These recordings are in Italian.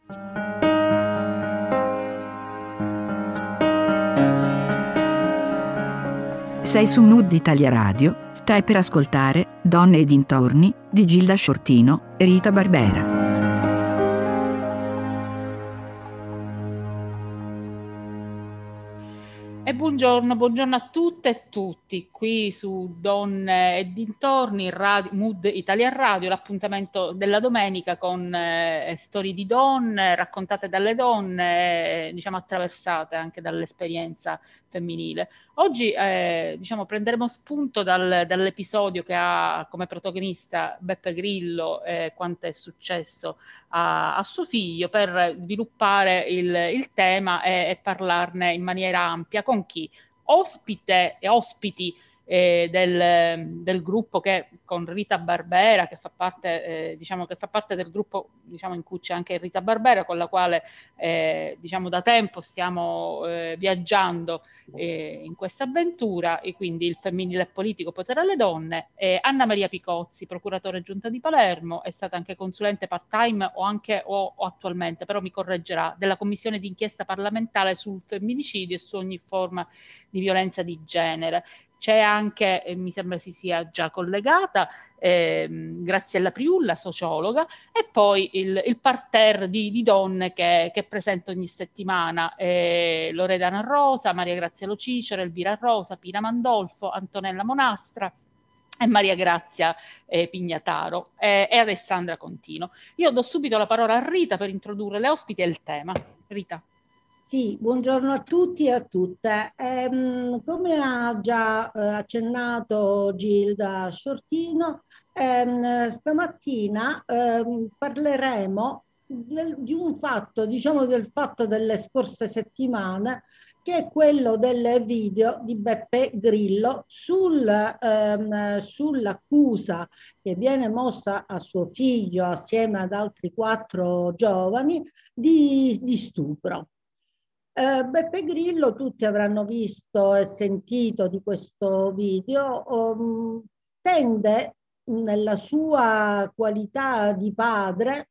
Sei su Mood Italia Radio, stai per ascoltare Donne e dintorni di Gilda Shortino e Rita Barbera. E buongiorno a tutte e tutti qui su Donne e dintorni, Mood Italia Radio, l'appuntamento della domenica con storie di donne raccontate dalle donne, diciamo attraversate anche dall'esperienza femminile. Oggi prenderemo spunto dall'episodio che ha come protagonista Beppe Grillo, quanto è successo a suo figlio, per sviluppare il tema e parlarne in maniera ampia con chi? Ospiti del gruppo, che con Rita Barbera, che fa parte del gruppo, in cui c'è anche Rita Barbera, con la quale da tempo stiamo viaggiando in questa avventura, e quindi il femminile e politico, potere alle donne. Anna Maria Picozzi, procuratore giunta di Palermo, è stata anche consulente part-time o attualmente, però mi correggerà, della commissione d'inchiesta parlamentare sul femminicidio e su ogni forma di violenza di genere. C'è anche, mi sembra si sia già collegata, Graziella Priulla, sociologa, e poi il parterre di donne che presento ogni settimana, Loredana Rosa, Maria Grazia Lo Cicero, Elvira Rosa, Pina Mandolfo, Antonella Monastra e Maria Grazia Pignataro e Alessandra Contino. Io do subito la parola a Rita per introdurre le ospiti e il tema. Rita. Sì, buongiorno a tutti e a tutte. Come ha già accennato Gilda Shortino, stamattina parleremo di un fatto, del fatto delle scorse settimane, che è quello del video di Beppe Grillo sull'accusa che viene mossa a suo figlio assieme ad altri 4 giovani di stupro. Beppe Grillo, tutti avranno visto e sentito di questo video, tende nella sua qualità di padre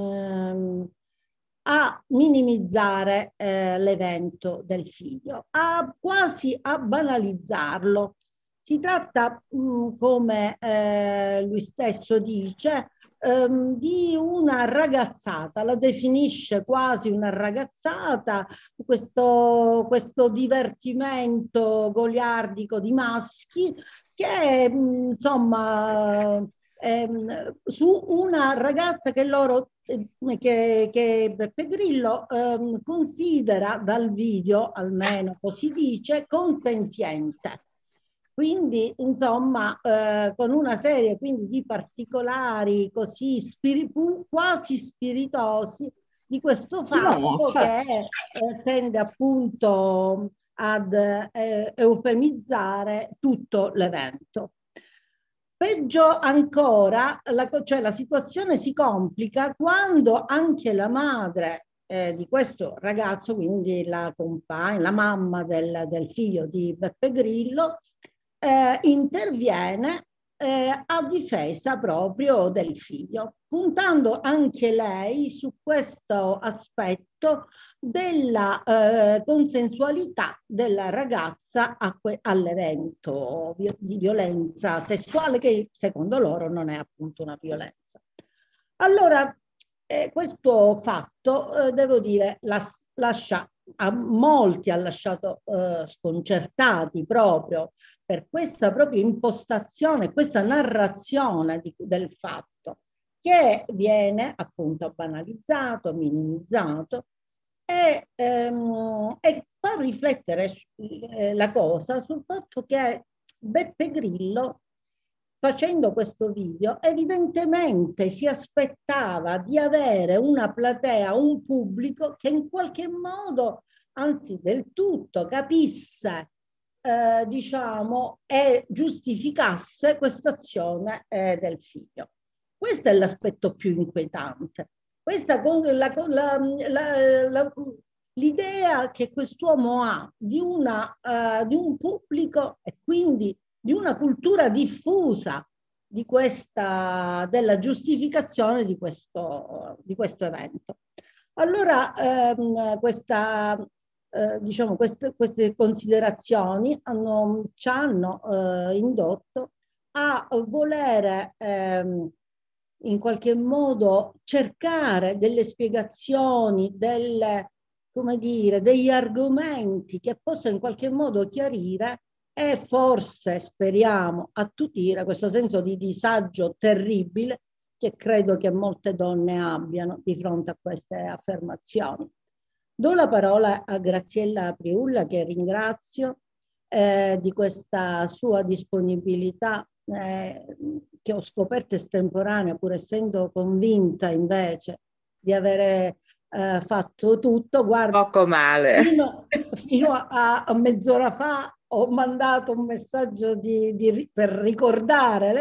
a minimizzare l'evento del figlio, quasi a banalizzarlo. Si tratta, come lui stesso dice, di una ragazzata, la definisce quasi una ragazzata, questo divertimento goliardico di maschi che insomma su una ragazza che che Beppe Grillo considera, dal video almeno così dice, consenziente. Quindi, insomma, con una serie quindi di particolari così quasi spiritosi di questo fatto che tende appunto ad eufemizzare tutto l'evento. Peggio ancora, la situazione si complica quando anche la madre di questo ragazzo, quindi la compagna, la mamma del figlio di Beppe Grillo, interviene a difesa proprio del figlio, puntando anche lei su questo aspetto della consensualità della ragazza all'evento di violenza sessuale, che secondo loro non è appunto una violenza. Allora, questo fatto, devo dire, a molti ha lasciato sconcertati proprio per questa propria impostazione, questa narrazione del fatto, che viene appunto banalizzato, minimizzato e fa riflettere la cosa sul fatto che Beppe Grillo, facendo questo video, evidentemente si aspettava di avere una platea, un pubblico che in qualche modo, anzi del tutto, capisse diciamo, e giustificasse questa azione del figlio. Questo è l'aspetto più inquietante. L'idea che quest'uomo ha di un pubblico e quindi di una cultura diffusa della giustificazione di questo evento. Allora, diciamo, queste considerazioni ci hanno indotto a volere in qualche modo cercare delle spiegazioni, come dire, degli argomenti che possano in qualche modo chiarire e forse, speriamo, attutire questo senso di disagio terribile che credo che molte donne abbiano di fronte a queste affermazioni. Do la parola a Graziella Priulla, che ringrazio di questa sua disponibilità che ho scoperto estemporanea, pur essendo convinta invece di avere fatto tutto. Guarda, poco male. Fino a mezz'ora fa ho mandato un messaggio per ricordare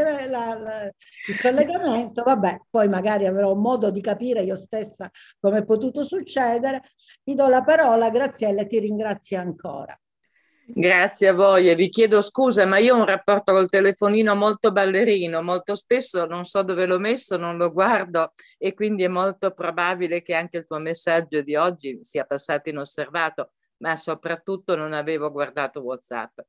il collegamento. Vabbè, poi magari avrò modo di capire io stessa come è potuto succedere. Ti do la parola, Graziella, e ti ringrazio ancora. Grazie a voi e vi chiedo scusa, ma io ho un rapporto col telefonino molto ballerino, molto spesso non so dove l'ho messo, non lo guardo e quindi è molto probabile che anche il tuo messaggio di oggi sia passato inosservato, ma soprattutto non avevo guardato WhatsApp.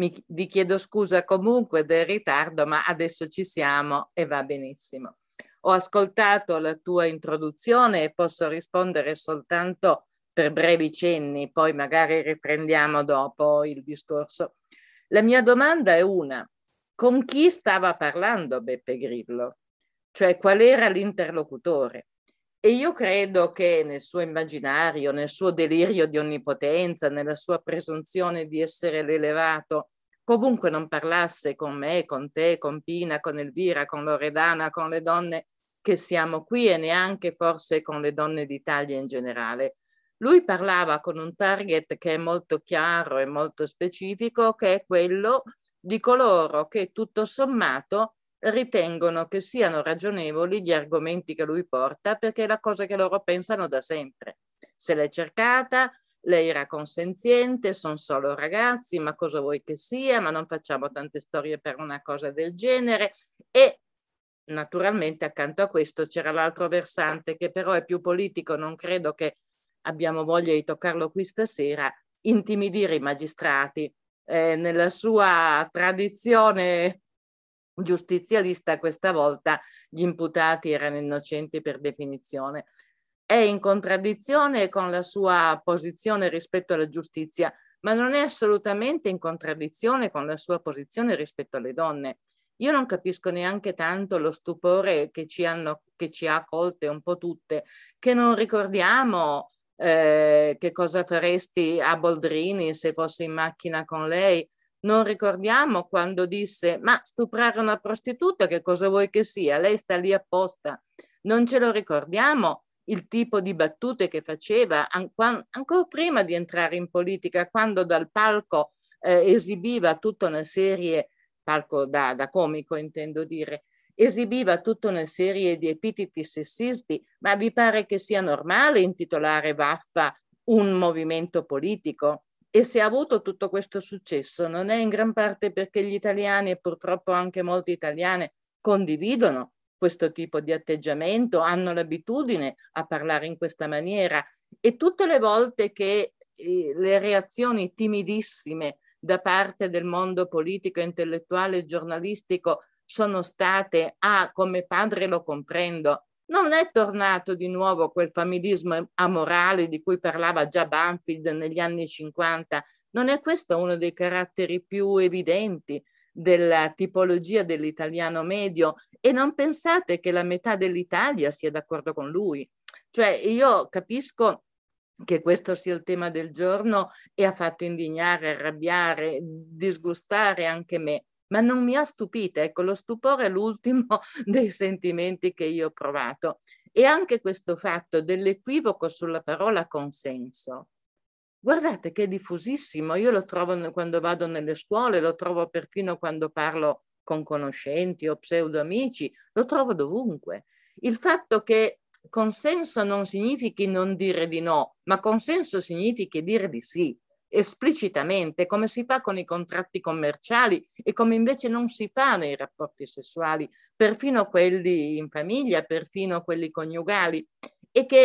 Vi chiedo scusa comunque del ritardo, ma adesso ci siamo e va benissimo. Ho ascoltato la tua introduzione e posso rispondere soltanto per brevi cenni, poi magari riprendiamo dopo il discorso. La mia domanda è una: con chi stava parlando Beppe Grillo? Cioè, qual era l'interlocutore? E io credo che nel suo immaginario, nel suo delirio di onnipotenza, nella sua presunzione di essere l'elevato, comunque non parlasse con me, con te, con Pina, con Elvira, con Loredana, con le donne che siamo qui e neanche forse con le donne d'Italia in generale. Lui parlava con un target che è molto chiaro e molto specifico, che è quello di coloro che tutto sommato ritengono che siano ragionevoli gli argomenti che lui porta, perché è la cosa che loro pensano da sempre. Se l'è cercata, lei era consenziente, sono solo ragazzi, ma cosa vuoi che sia, ma non facciamo tante storie per una cosa del genere. E naturalmente accanto a questo c'era l'altro versante che però è più politico, non credo che abbiamo voglia di toccarlo qui stasera, intimidire i magistrati. Nella sua tradizione giustizialista questa volta gli imputati erano innocenti per definizione. È in contraddizione con la sua posizione rispetto alla giustizia, ma non è assolutamente in contraddizione con la sua posizione rispetto alle donne. Io non capisco neanche tanto lo stupore che ci ha colte un po' tutte, che non ricordiamo che cosa faresti a Boldrini se fossi in macchina con lei. Non ricordiamo quando disse: ma stuprare una prostituta che cosa vuoi che sia? Lei sta lì apposta. Non ce lo ricordiamo il tipo di battute che faceva ancora prima di entrare in politica, quando dal palco esibiva tutta una serie, palco da comico intendo dire, esibiva tutta una serie di epiteti sessisti. Ma vi pare che sia normale intitolare Vaffa un movimento politico? E se ha avuto tutto questo successo non è in gran parte perché gli italiani, e purtroppo anche molte italiane, condividono questo tipo di atteggiamento, hanno l'abitudine a parlare in questa maniera, e tutte le volte che le reazioni timidissime da parte del mondo politico, intellettuale e giornalistico sono state: ah, come padre lo comprendo. Non è tornato di nuovo quel familismo amorale di cui parlava già Banfield negli anni 50. Non è questo uno dei caratteri più evidenti della tipologia dell'italiano medio? E non pensate che la metà dell'Italia sia d'accordo con lui? Cioè, io capisco che questo sia il tema del giorno e ha fatto indignare, arrabbiare, disgustare anche me, ma non mi ha stupita. Ecco, lo stupore è l'ultimo dei sentimenti che io ho provato. E anche questo fatto dell'equivoco sulla parola consenso, guardate che è diffusissimo. Io lo trovo quando vado nelle scuole, lo trovo perfino quando parlo con conoscenti o pseudo-amici, lo trovo dovunque. Il fatto che consenso non significhi non dire di no, ma consenso significa dire di sì, esplicitamente, come si fa con i contratti commerciali e come invece non si fa nei rapporti sessuali, perfino quelli in famiglia, perfino quelli coniugali, e che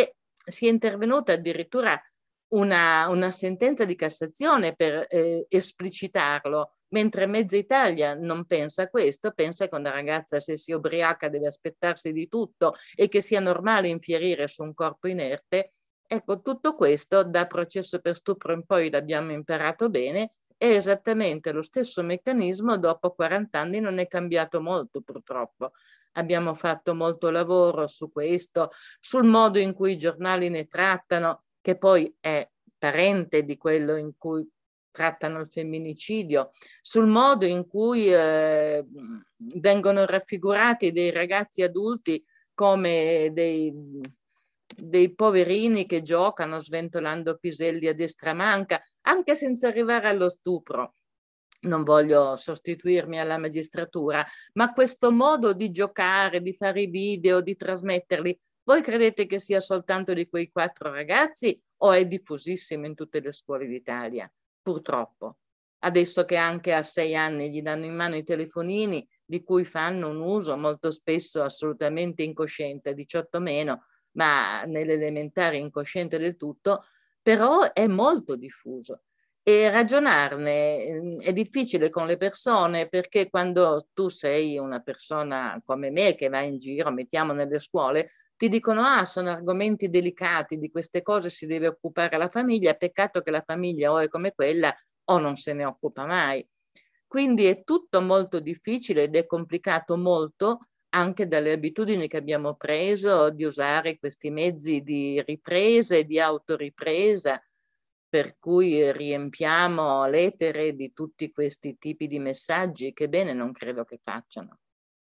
sia intervenuta addirittura una sentenza di Cassazione per esplicitarlo, mentre mezza Italia non pensa a questo, pensa che una ragazza, se si ubriaca, deve aspettarsi di tutto e che sia normale infierire su un corpo inerte. Ecco, tutto questo da Processo per stupro in poi l'abbiamo imparato bene. È esattamente lo stesso meccanismo, dopo 40 anni non è cambiato molto, purtroppo. Abbiamo fatto molto lavoro su questo, sul modo in cui i giornali ne trattano, che poi è parente di quello in cui trattano il femminicidio, sul modo in cui vengono raffigurati dei ragazzi adulti come dei poverini che giocano sventolando piselli a destra manca, anche senza arrivare allo stupro. Non voglio sostituirmi alla magistratura, ma questo modo di giocare, di fare i video, di trasmetterli, voi credete che sia soltanto di quei 4 ragazzi o è diffusissimo in tutte le scuole d'Italia? Purtroppo. Adesso che anche a 6 anni gli danno in mano i telefonini, di cui fanno un uso molto spesso assolutamente incosciente, a 18 meno, ma nell'elementare incosciente del tutto, però è molto diffuso. E ragionarne è difficile con le persone, perché quando tu sei una persona come me che va in giro, mettiamo nelle scuole, ti dicono sono argomenti delicati, di queste cose si deve occupare la famiglia, peccato che la famiglia o è come quella o non se ne occupa mai. Quindi è tutto molto difficile ed è complicato molto anche dalle abitudini che abbiamo preso di usare questi mezzi di ripresa e di autoripresa, per cui riempiamo l'etere di tutti questi tipi di messaggi che bene non credo che facciano.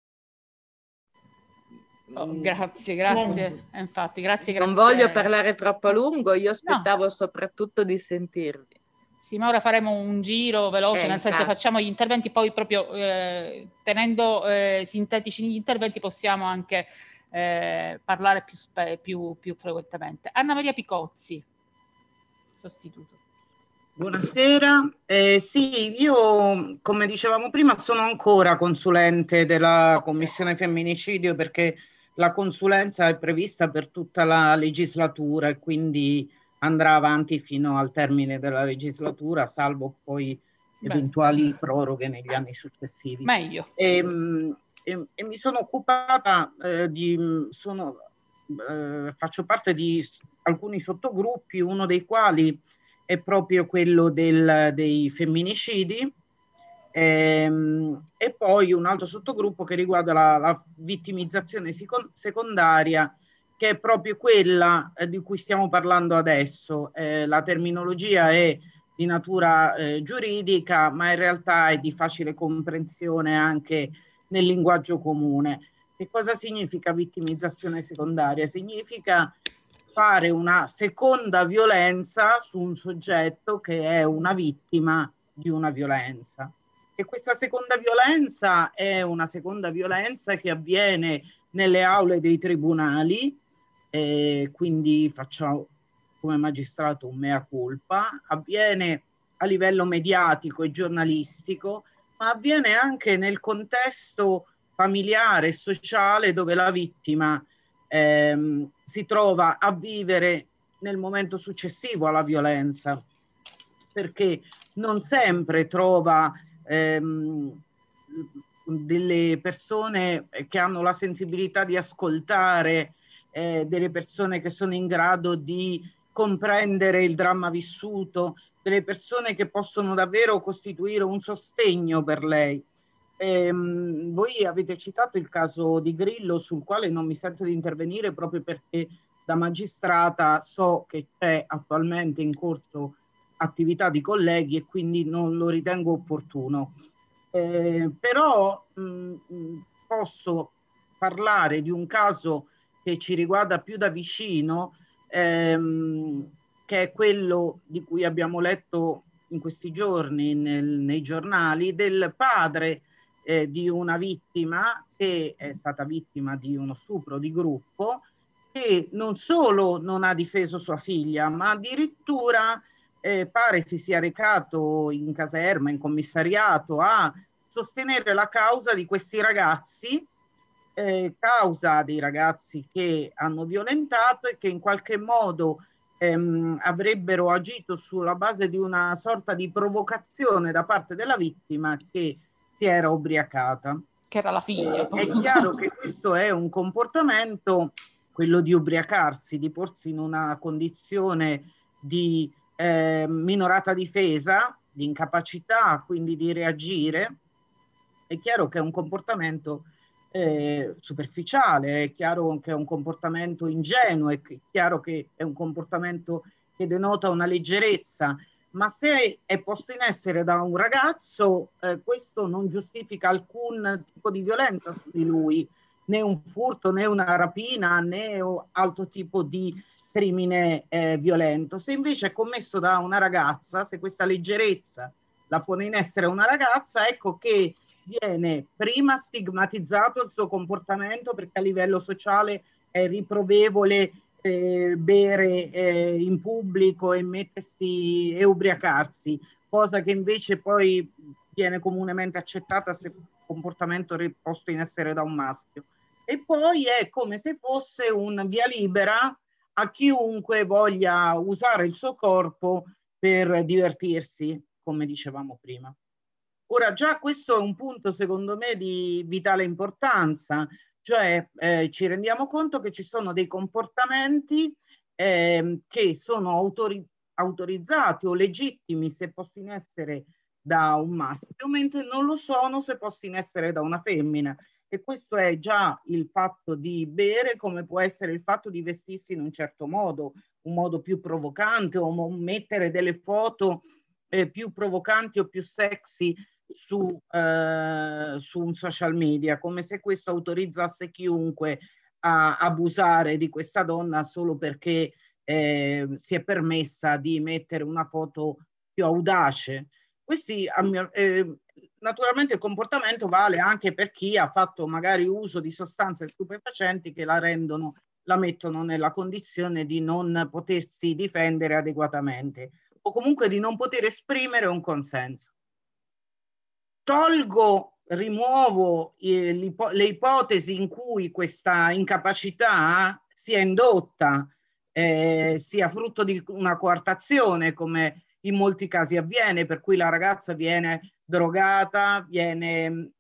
Grazie. Infatti, grazie. Non voglio parlare troppo a lungo, io aspettavo soprattutto di sentirvi. Sì, ma ora faremo un giro veloce, nel senso facciamo gli interventi, poi proprio tenendo sintetici gli interventi possiamo anche parlare più frequentemente. Anna Maria Picozzi, sostituto. Buonasera, sì, io come dicevamo prima sono ancora consulente della Commissione Femminicidio, perché la consulenza è prevista per tutta la legislatura e quindi andrà avanti fino al termine della legislatura, salvo poi eventuali proroghe negli anni successivi. Meglio. E mi sono occupata faccio parte di alcuni sottogruppi, uno dei quali è proprio quello dei femminicidi, e poi un altro sottogruppo che riguarda la vittimizzazione secondaria, che è proprio quella di cui stiamo parlando adesso. La terminologia è di natura giuridica, ma in realtà è di facile comprensione anche nel linguaggio comune. Che cosa significa vittimizzazione secondaria? Significa fare una seconda violenza su un soggetto che è una vittima di una violenza. E questa seconda violenza è una seconda violenza che avviene nelle aule dei tribunali, quindi faccio come magistrato un mea culpa, avviene a livello mediatico e giornalistico, ma avviene anche nel contesto familiare e sociale, dove la vittima si trova a vivere nel momento successivo alla violenza, perché non sempre trova delle persone che hanno la sensibilità di ascoltare, delle persone che sono in grado di comprendere il dramma vissuto, delle persone che possono davvero costituire un sostegno per lei. Voi avete citato il caso di Grillo, sul quale non mi sento di intervenire proprio perché da magistrata so che c'è attualmente in corso attività di colleghi e quindi non lo ritengo opportuno. Però posso parlare di un caso che ci riguarda più da vicino, che è quello di cui abbiamo letto in questi giorni nei giornali, del padre di una vittima che è stata vittima di uno stupro di gruppo, che non solo non ha difeso sua figlia, ma addirittura pare si sia recato in caserma, in commissariato, a sostenere la causa di questi ragazzi causa dei ragazzi che hanno violentato e che in qualche modo avrebbero agito sulla base di una sorta di provocazione da parte della vittima che si era ubriacata. Che era la figlia. È chiaro che questo è un comportamento, quello di ubriacarsi, di porsi in una condizione di minorata difesa, di incapacità quindi di reagire. È chiaro che è un comportamento superficiale, è chiaro che è un comportamento ingenuo, è chiaro che è un comportamento che denota una leggerezza, ma se è posto in essere da un ragazzo, questo non giustifica alcun tipo di violenza su di lui, né un furto, né una rapina, né altro tipo di crimine violento. Se invece è commesso da una ragazza, se questa leggerezza la pone in essere una ragazza, ecco che viene prima stigmatizzato il suo comportamento, perché a livello sociale è riprovevole bere in pubblico e mettersi e ubriacarsi, cosa che invece poi viene comunemente accettata se comportamento posto in essere da un maschio. E poi è come se fosse un via libera a chiunque voglia usare il suo corpo per divertirsi, come dicevamo prima. Ora, già questo è un punto secondo me di vitale importanza, cioè ci rendiamo conto che ci sono dei comportamenti che sono autorizzati o legittimi se posti in essere da un maschio, mentre non lo sono se posti in essere da una femmina. E questo è già il fatto di bere, come può essere il fatto di vestirsi in un certo modo, un modo più provocante, o mettere delle foto più provocanti o più sexy su un social media, come se questo autorizzasse chiunque a abusare di questa donna solo perché si è permessa di mettere una foto più audace. Questi, naturalmente il comportamento vale anche per chi ha fatto magari uso di sostanze stupefacenti che la mettono nella condizione di non potersi difendere adeguatamente o comunque di non poter esprimere un consenso. Rimuovo le ipotesi in cui questa incapacità sia indotta, sia frutto di una coartazione, come in molti casi avviene, per cui la ragazza viene drogata, viene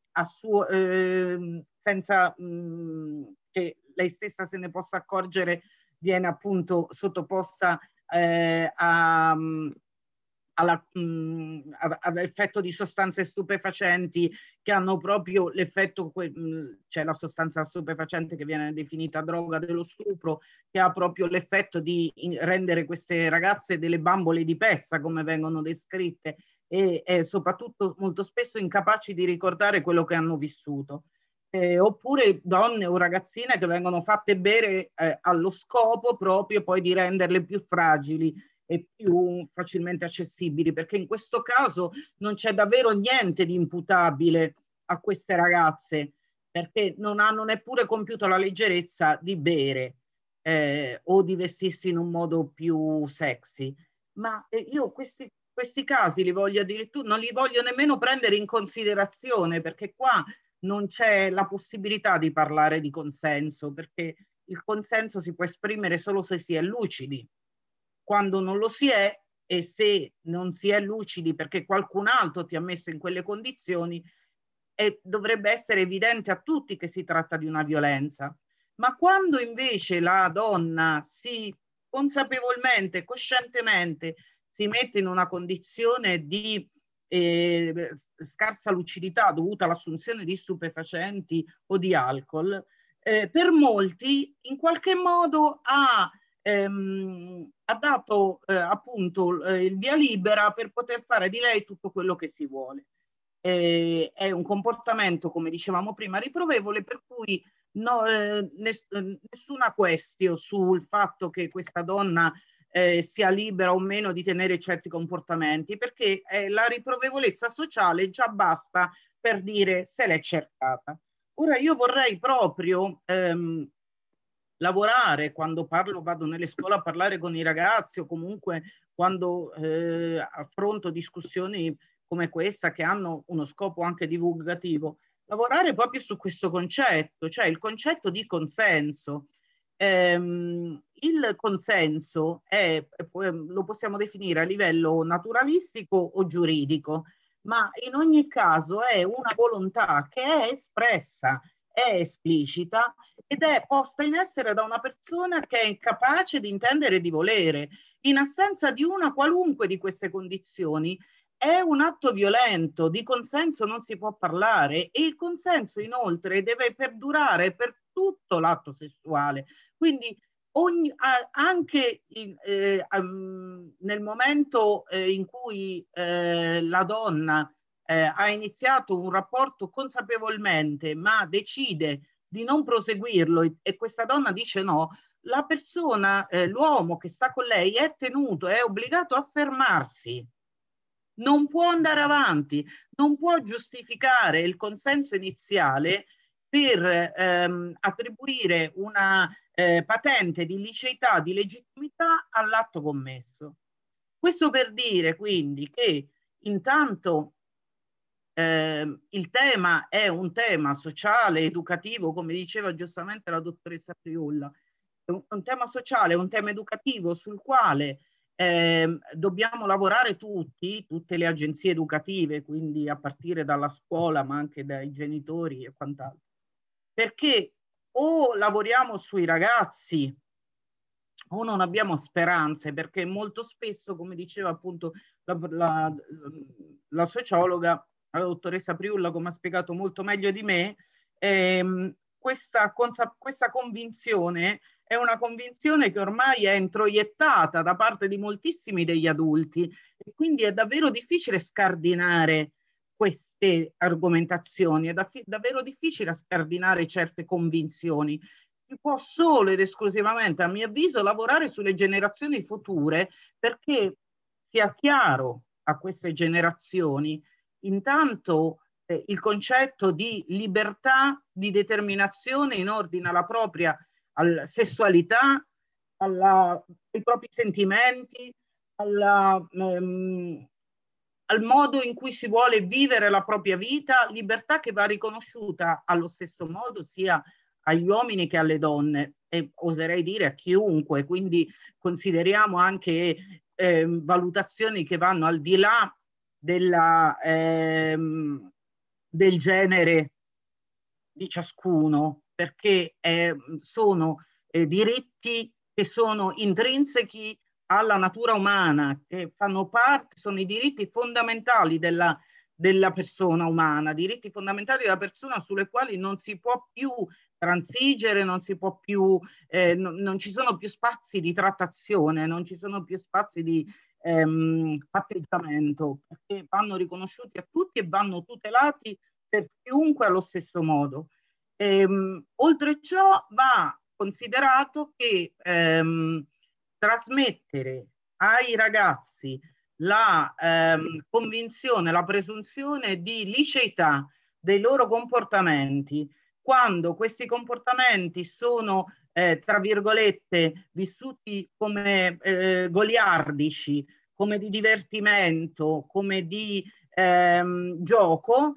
senza che lei stessa se ne possa accorgere, viene appunto sottoposta all'effetto di sostanze stupefacenti che hanno proprio l'effetto, c'è la sostanza stupefacente che viene definita droga dello stupro, che ha proprio l'effetto di rendere queste ragazze delle bambole di pezza, come vengono descritte, e soprattutto molto spesso incapaci di ricordare quello che hanno vissuto. Oppure donne o ragazzine che vengono fatte bere allo scopo proprio poi di renderle più fragili e più facilmente accessibili, perché in questo caso non c'è davvero niente di imputabile a queste ragazze, perché non hanno neppure compiuto la leggerezza di bere o di vestirsi in un modo più sexy. Ma io questi casi non li voglio nemmeno prendere in considerazione, perché qua non c'è la possibilità di parlare di consenso, perché il consenso si può esprimere solo se si è lucidi. Quando non lo si è, e se non si è lucidi perché qualcun altro ti ha messo in quelle condizioni, dovrebbe essere evidente a tutti che si tratta di una violenza. Ma quando invece la donna si consapevolmente, coscientemente si mette in una condizione di scarsa lucidità dovuta all'assunzione di stupefacenti o di alcol, per molti in qualche modo ha dato appunto il via libera per poter fare di lei tutto quello che si vuole. È un comportamento, come dicevamo prima, riprovevole, per cui nessuna questione sul fatto che questa donna sia libera o meno di tenere certi comportamenti, perché la riprovevolezza sociale già basta per dire se l'è cercata. Ora io vorrei proprio lavorare, quando vado nelle scuole a parlare con i ragazzi o comunque quando affronto discussioni come questa che hanno uno scopo anche divulgativo, lavorare proprio su questo concetto, cioè il concetto di consenso. Il consenso lo possiamo definire a livello naturalistico o giuridico, ma in ogni caso è una volontà che è espressa, è esplicita ed è posta in essere da una persona che è incapace di intendere e di volere. In assenza di una qualunque di queste condizioni è un atto violento, di consenso non si può parlare e il consenso inoltre deve perdurare per tutto l'atto sessuale. Quindi anche nel momento in cui la donna ha iniziato un rapporto consapevolmente, ma decide di non proseguirlo e questa donna dice no, la persona, l'uomo che sta con lei è tenuto, è obbligato a fermarsi. Non può andare avanti, non può giustificare il consenso iniziale per attribuire una patente di liceità, di legittimità all'atto commesso. Questo per dire quindi che intanto il tema è un tema sociale, educativo, come diceva giustamente la dottoressa Priulla, un tema sociale, un tema educativo sul quale dobbiamo lavorare tutte le agenzie educative, quindi a partire dalla scuola, ma anche dai genitori e quant'altro, perché o lavoriamo sui ragazzi o non abbiamo speranze, perché molto spesso, come diceva appunto la sociologa, la dottoressa Priulla, come ha spiegato molto meglio di me, questa convinzione è una convinzione che ormai è introiettata da parte di moltissimi degli adulti e quindi è davvero difficile scardinare queste argomentazioni, è davvero difficile scardinare certe convinzioni. Si può solo ed esclusivamente, a mio avviso, lavorare sulle generazioni future perché sia chiaro a queste generazioni intanto il concetto di libertà di determinazione in ordine alla propria sessualità, ai propri sentimenti, al modo in cui si vuole vivere la propria vita, libertà che va riconosciuta allo stesso modo sia agli uomini che alle donne e oserei dire a chiunque, quindi consideriamo anche valutazioni che vanno al di là del genere di ciascuno, perché sono diritti che sono intrinseci alla natura umana, che fanno parte, sono i diritti fondamentali della persona umana, diritti fondamentali della persona sulle quali non si può più transigere, non si può più, non ci sono più spazi di trattazione, non ci sono più spazi di patteggiamento, perché vanno riconosciuti a tutti e vanno tutelati per chiunque allo stesso modo. Oltre ciò va considerato che trasmettere ai ragazzi la convinzione, la presunzione di liceità dei loro comportamenti, quando questi comportamenti sono, tra virgolette, vissuti come goliardici, come di divertimento, come di gioco,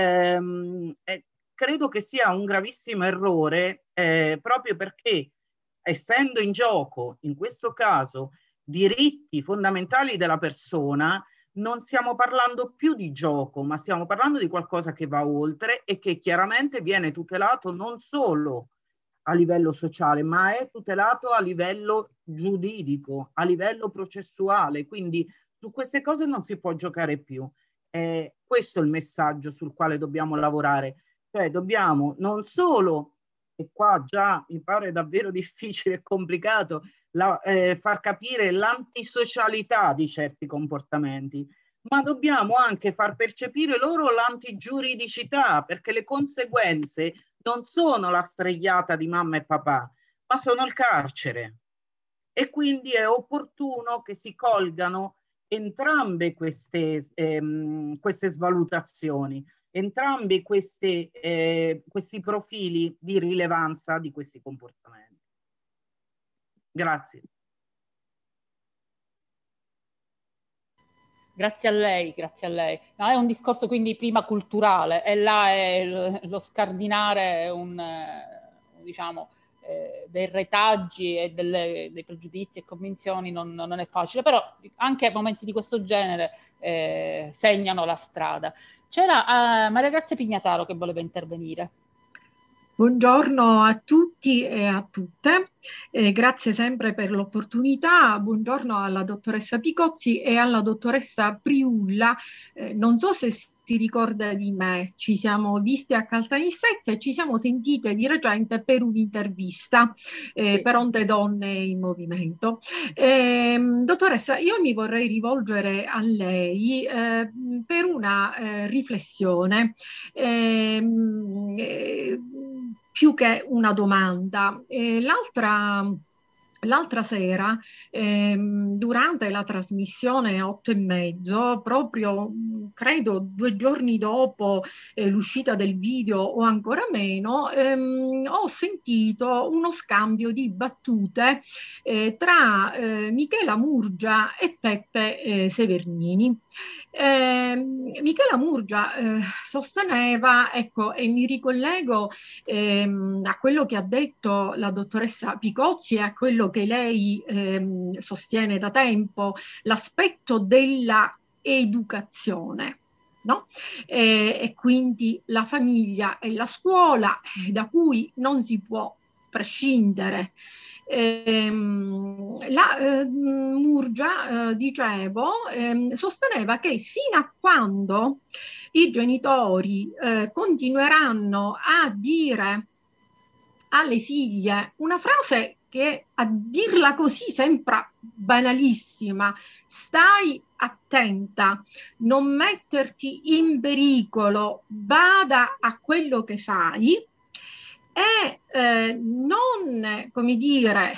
credo che sia un gravissimo errore proprio perché essendo in gioco, in questo caso, diritti fondamentali della persona, non stiamo parlando più di gioco, ma stiamo parlando di qualcosa che va oltre e che chiaramente viene tutelato non solo a livello sociale, ma è tutelato a livello giuridico, a livello processuale. Quindi su queste cose non si può giocare più. Questo è il messaggio sul quale dobbiamo lavorare. Cioè dobbiamo non solo, e qua già mi pare davvero difficile e complicato, far capire l'antisocialità di certi comportamenti, ma dobbiamo anche far percepire loro l'antigiuridicità, perché le conseguenze non sono la stregliata di mamma e papà, ma sono il carcere. E quindi è opportuno che si colgano entrambe queste svalutazioni, entrambi questi profili di rilevanza di questi comportamenti. Grazie. Grazie a lei, grazie a lei. No, è un discorso quindi prima culturale, e là è lo scardinare diciamo, dei retaggi e dei pregiudizi e convinzioni non è facile, però anche momenti di questo genere segnano la strada. C'era Maria Grazia Pignataro che voleva intervenire. Buongiorno a tutti e a tutte, grazie sempre per l'opportunità. Buongiorno alla dottoressa Picozzi e alla dottoressa Priulla. Non so se si ricorda di me, ci siamo viste a Caltanissetta e ci siamo sentite di recente per un'intervista per Onde Donne in Movimento. Dottoressa, io mi vorrei rivolgere a lei per una riflessione. Più che una domanda. L'altra sera, durante la trasmissione 8:30, proprio credo 2 giorni dopo l'uscita del video o ancora meno, ho sentito uno scambio di battute tra Michela Murgia e Peppe Severnini. Michela Murgia sosteneva, ecco, e mi ricollego a quello che ha detto la dottoressa Picozzi e a quello che lei sostiene da tempo, l'aspetto della educazione. No? E quindi la famiglia e la scuola, da cui non si può prescindere. Murgia, dicevo, sosteneva che fino a quando i genitori continueranno a dire alle figlie una frase che, a dirla così, sembra banalissima: stai attenta, non metterti in pericolo, bada a quello che fai, e non, come dire,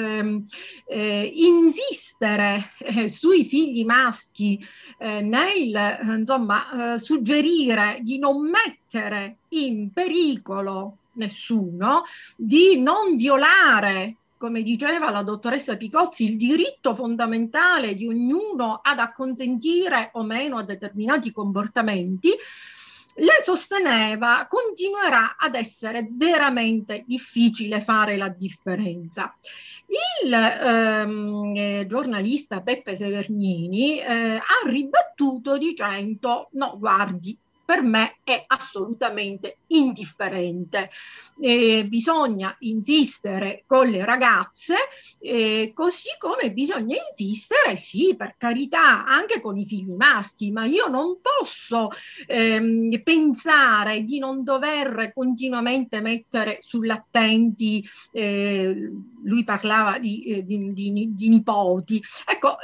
insistere sui figli maschi nel, insomma, suggerire di non mettere in pericolo nessuno, di non violare, come diceva la dottoressa Picozzi, il diritto fondamentale di ognuno ad acconsentire o meno a determinati comportamenti. Lei sosteneva continuerà ad essere veramente difficile fare la differenza. Il giornalista Peppe Severnini ha ribattuto dicendo: no, guardi, per me è assolutamente indifferente. Bisogna insistere con le ragazze, così come bisogna insistere, sì, per carità, anche con i figli maschi, ma io non posso pensare di non dover continuamente mettere sull'attenti, lui parlava di nipoti. Ecco,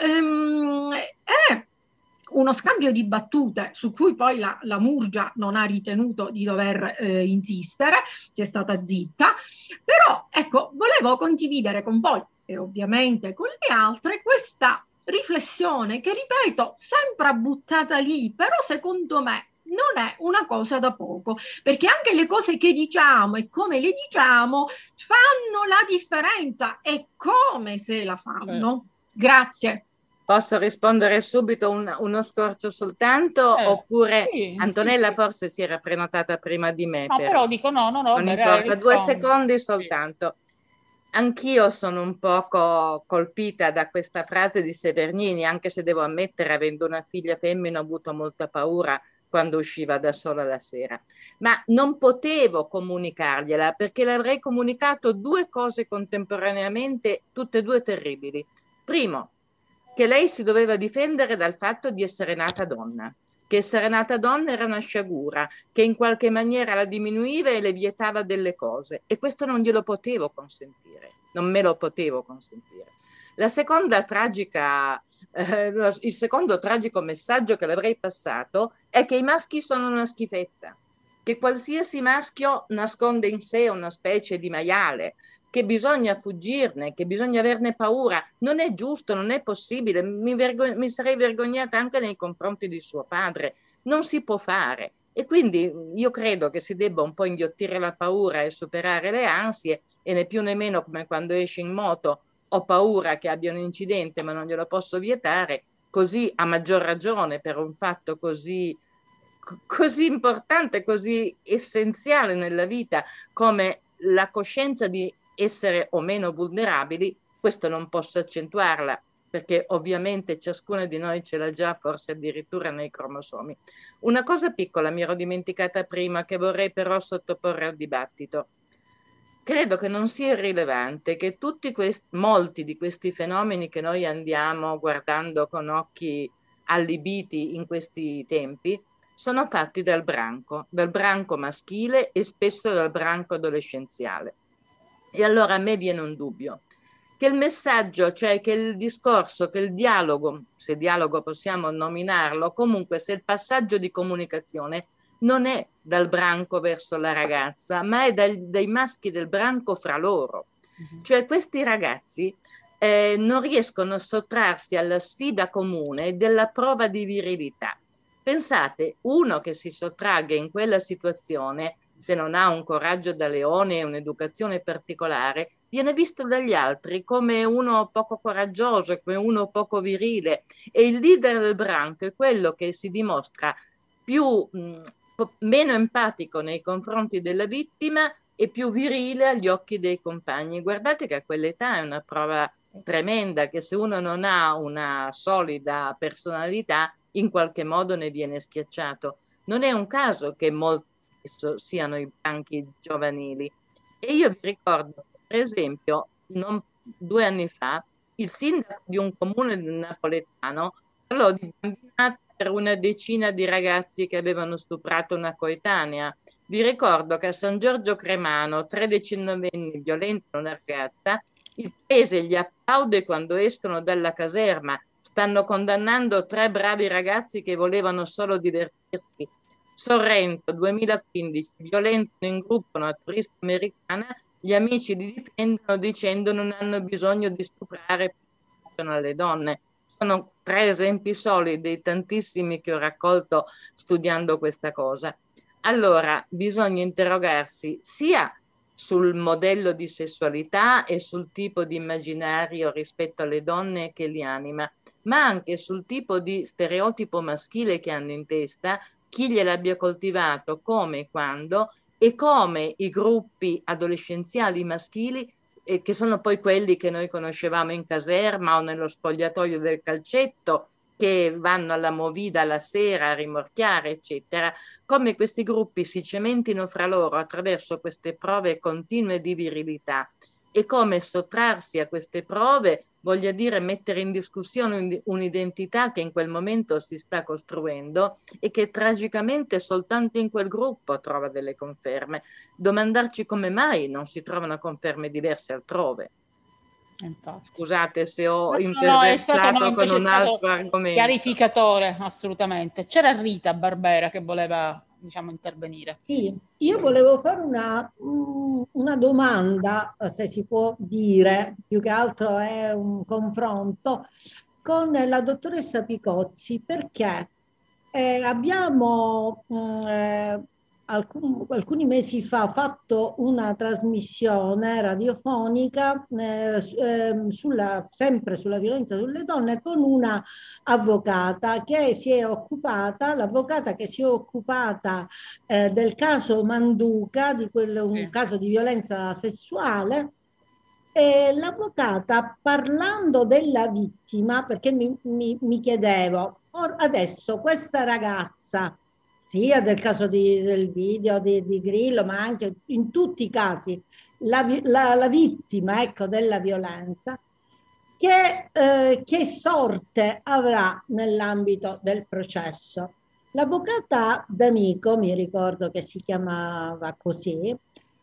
è uno scambio di battute su cui poi la Murgia non ha ritenuto di dover insistere, si è stata zitta, però ecco, volevo condividere con voi e ovviamente con le altre questa riflessione che, ripeto, sembra buttata lì, però secondo me non è una cosa da poco, perché anche le cose che diciamo e come le diciamo fanno la differenza, e come se la fanno. Grazie. Posso rispondere subito uno scorcio soltanto, oppure sì, Antonella sì. Forse si era prenotata prima di me. No, però dico no, non importa, 2 secondi soltanto. Anch'io sono un poco colpita da questa frase di Severnini, anche se devo ammettere, avendo una figlia femmina, ho avuto molta paura quando usciva da sola la sera. Ma non potevo comunicargliela, perché le avrei comunicato 2 cose contemporaneamente, tutte e 2 terribili. Primo, che lei si doveva difendere dal fatto di essere nata donna, che essere nata donna era una sciagura, che in qualche maniera la diminuiva e le vietava delle cose, e questo non glielo potevo consentire, non me lo potevo consentire. La seconda tragica, il secondo tragico messaggio che le avrei passato è che i maschi sono una schifezza, che qualsiasi maschio nasconde in sé una specie di maiale, che bisogna fuggirne, che bisogna averne paura. Non è giusto, non è possibile. Mi sarei vergognata anche nei confronti di suo padre. Non si può fare. E quindi io credo che si debba un po' inghiottire la paura e superare le ansie, e né più né meno come quando esci in moto: ho paura che abbia un incidente ma non glielo posso vietare, così a maggior ragione per un fatto così importante, così essenziale nella vita come la coscienza di essere o meno vulnerabili, questo non posso accentuarla, perché ovviamente ciascuno di noi ce l'ha già, forse addirittura nei cromosomi. Una cosa piccola mi ero dimenticata prima, che vorrei però sottoporre al dibattito. Credo che non sia irrilevante che molti di questi fenomeni che noi andiamo guardando con occhi allibiti in questi tempi, sono fatti dal branco maschile e spesso dal branco adolescenziale. E allora a me viene un dubbio, che il messaggio, cioè che il discorso, che il dialogo, se dialogo possiamo nominarlo, comunque se il passaggio di comunicazione non è dal branco verso la ragazza, ma è dai maschi del branco fra loro. Cioè questi ragazzi non riescono a sottrarsi alla sfida comune della prova di virilità. Pensate, uno che si sottragga in quella situazione, se non ha un coraggio da leone e un'educazione particolare, viene visto dagli altri come uno poco coraggioso, come uno poco virile. E il leader del branco è quello che si dimostra meno empatico nei confronti della vittima e più virile agli occhi dei compagni. Guardate che a quell'età è una prova tremenda, che se uno non ha una solida personalità, in qualche modo ne viene schiacciato. Non è un caso che molto spesso siano i branchi giovanili. E io vi ricordo, per esempio, 2 anni fa, il sindaco di un comune napoletano parlò di bambinate per una decina di ragazzi che avevano stuprato una coetanea. Vi ricordo che a San Giorgio Cremano 3 diciannovenni violentano una ragazza, il paese gli applaude quando escono dalla caserma, stanno condannando 3 bravi ragazzi che volevano solo divertirsi. Sorrento 2015, violentano in gruppo una turista americana, gli amici li difendono dicendo non hanno bisogno di stuprare alle donne. Sono 3 esempi soli dei tantissimi che ho raccolto studiando questa cosa. Allora bisogna interrogarsi sia sul modello di sessualità e sul tipo di immaginario rispetto alle donne che li anima, ma anche sul tipo di stereotipo maschile che hanno in testa, chi gliel'abbia coltivato, come e quando, e come i gruppi adolescenziali maschili, che sono poi quelli che noi conoscevamo in caserma o nello spogliatoio del calcetto, che vanno alla movida la sera a rimorchiare, eccetera, come questi gruppi si cementino fra loro attraverso queste prove continue di virilità e come sottrarsi a queste prove voglia dire mettere in discussione un'identità che in quel momento si sta costruendo e che tragicamente soltanto in quel gruppo trova delle conferme. Domandarci come mai non si trovano conferme diverse altrove. Infatti. Scusate se ho interversato con un altro argomento. Chiarificatore, assolutamente. C'era Rita Barbera che voleva, diciamo, intervenire. Sì, io volevo fare una domanda, se si può dire, più che altro è un confronto con la dottoressa Picozzi, perché abbiamo alcuni mesi fa fatto una trasmissione radiofonica sempre sulla violenza sulle donne con una avvocata che si è occupata, del caso Manduca, un caso di violenza sessuale. E l'avvocata, parlando della vittima, perché mi chiedevo, adesso questa ragazza, sia del caso del video di Grillo, ma anche in tutti i casi, la vittima, ecco, della violenza, che sorte avrà nell'ambito del processo? L'avvocata D'Amico, mi ricordo che si chiamava così,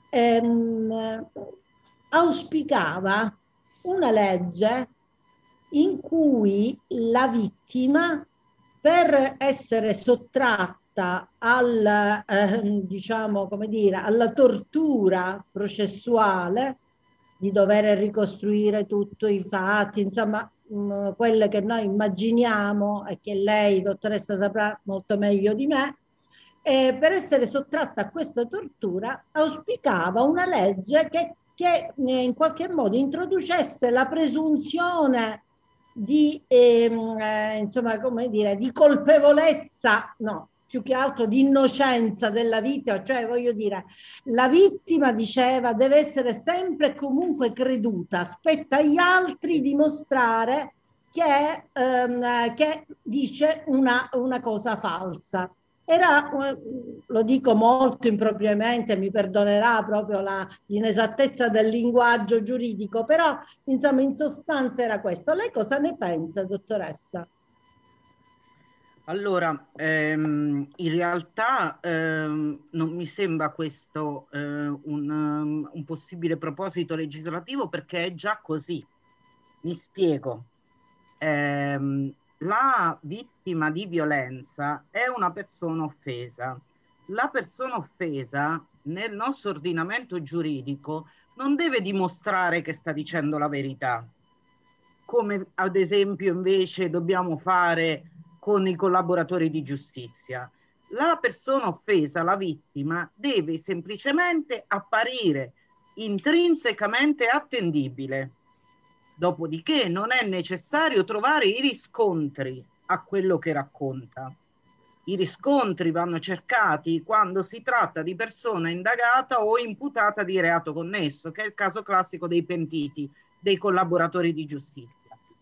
auspicava una legge in cui la vittima, per essere sottratta diciamo, come dire, alla tortura processuale, di dover ricostruire tutto i fatti, insomma, quelle che noi immaginiamo e che lei, dottoressa, saprà molto meglio di me, per essere sottratta a questa tortura auspicava una legge che in qualche modo introducesse la presunzione insomma, come dire, di colpevolezza, no, più che altro di innocenza della vittima, cioè voglio dire, la vittima diceva deve essere sempre e comunque creduta, spetta agli altri dimostrare che dice una cosa falsa. Era, lo dico molto impropriamente, mi perdonerà proprio l'inesattezza del linguaggio giuridico, però insomma in sostanza era questo. Lei cosa ne pensa, dottoressa? Allora, in realtà non mi sembra questo un possibile proposito legislativo, perché è già così. Mi spiego. La vittima di violenza è una persona offesa. La persona offesa nel nostro ordinamento giuridico non deve dimostrare che sta dicendo la verità, come ad esempio invece dobbiamo fare con i collaboratori di giustizia. La persona offesa, la vittima, deve semplicemente apparire intrinsecamente attendibile. Dopodiché non è necessario trovare i riscontri a quello che racconta. I riscontri vanno cercati quando si tratta di persona indagata o imputata di reato connesso, che è il caso classico dei pentiti, dei collaboratori di giustizia.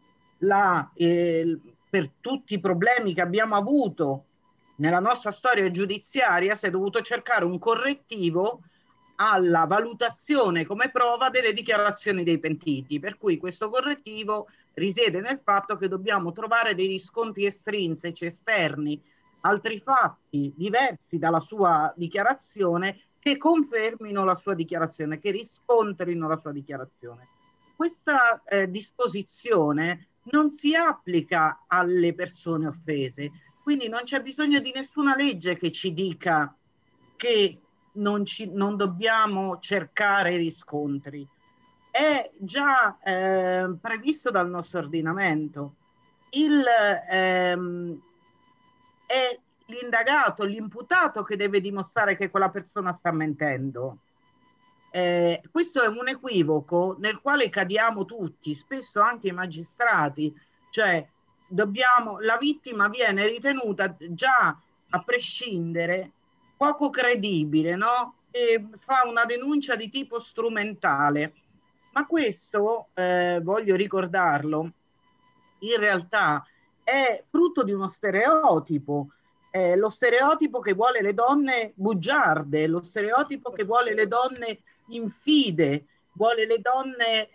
Per tutti i problemi che abbiamo avuto nella nostra storia giudiziaria si è dovuto cercare un correttivo alla valutazione come prova delle dichiarazioni dei pentiti, per cui questo correttivo risiede nel fatto che dobbiamo trovare dei riscontri estrinseci, esterni, altri fatti diversi dalla sua dichiarazione che confermino la sua dichiarazione, che riscontrino la sua dichiarazione. Questa disposizione non si applica alle persone offese, quindi non c'è bisogno di nessuna legge che ci dica che non dobbiamo cercare riscontri. È già previsto dal nostro ordinamento. È l'indagato, l'imputato che deve dimostrare che quella persona sta mentendo. Questo è un equivoco nel quale cadiamo tutti, spesso anche i magistrati, cioè la vittima viene ritenuta già a prescindere poco credibile, no? E fa una denuncia di tipo strumentale. Ma questo, voglio ricordarlo, in realtà è frutto di uno stereotipo. Lo stereotipo che vuole le donne bugiarde, lo stereotipo che vuole le donne infide, vuole le donne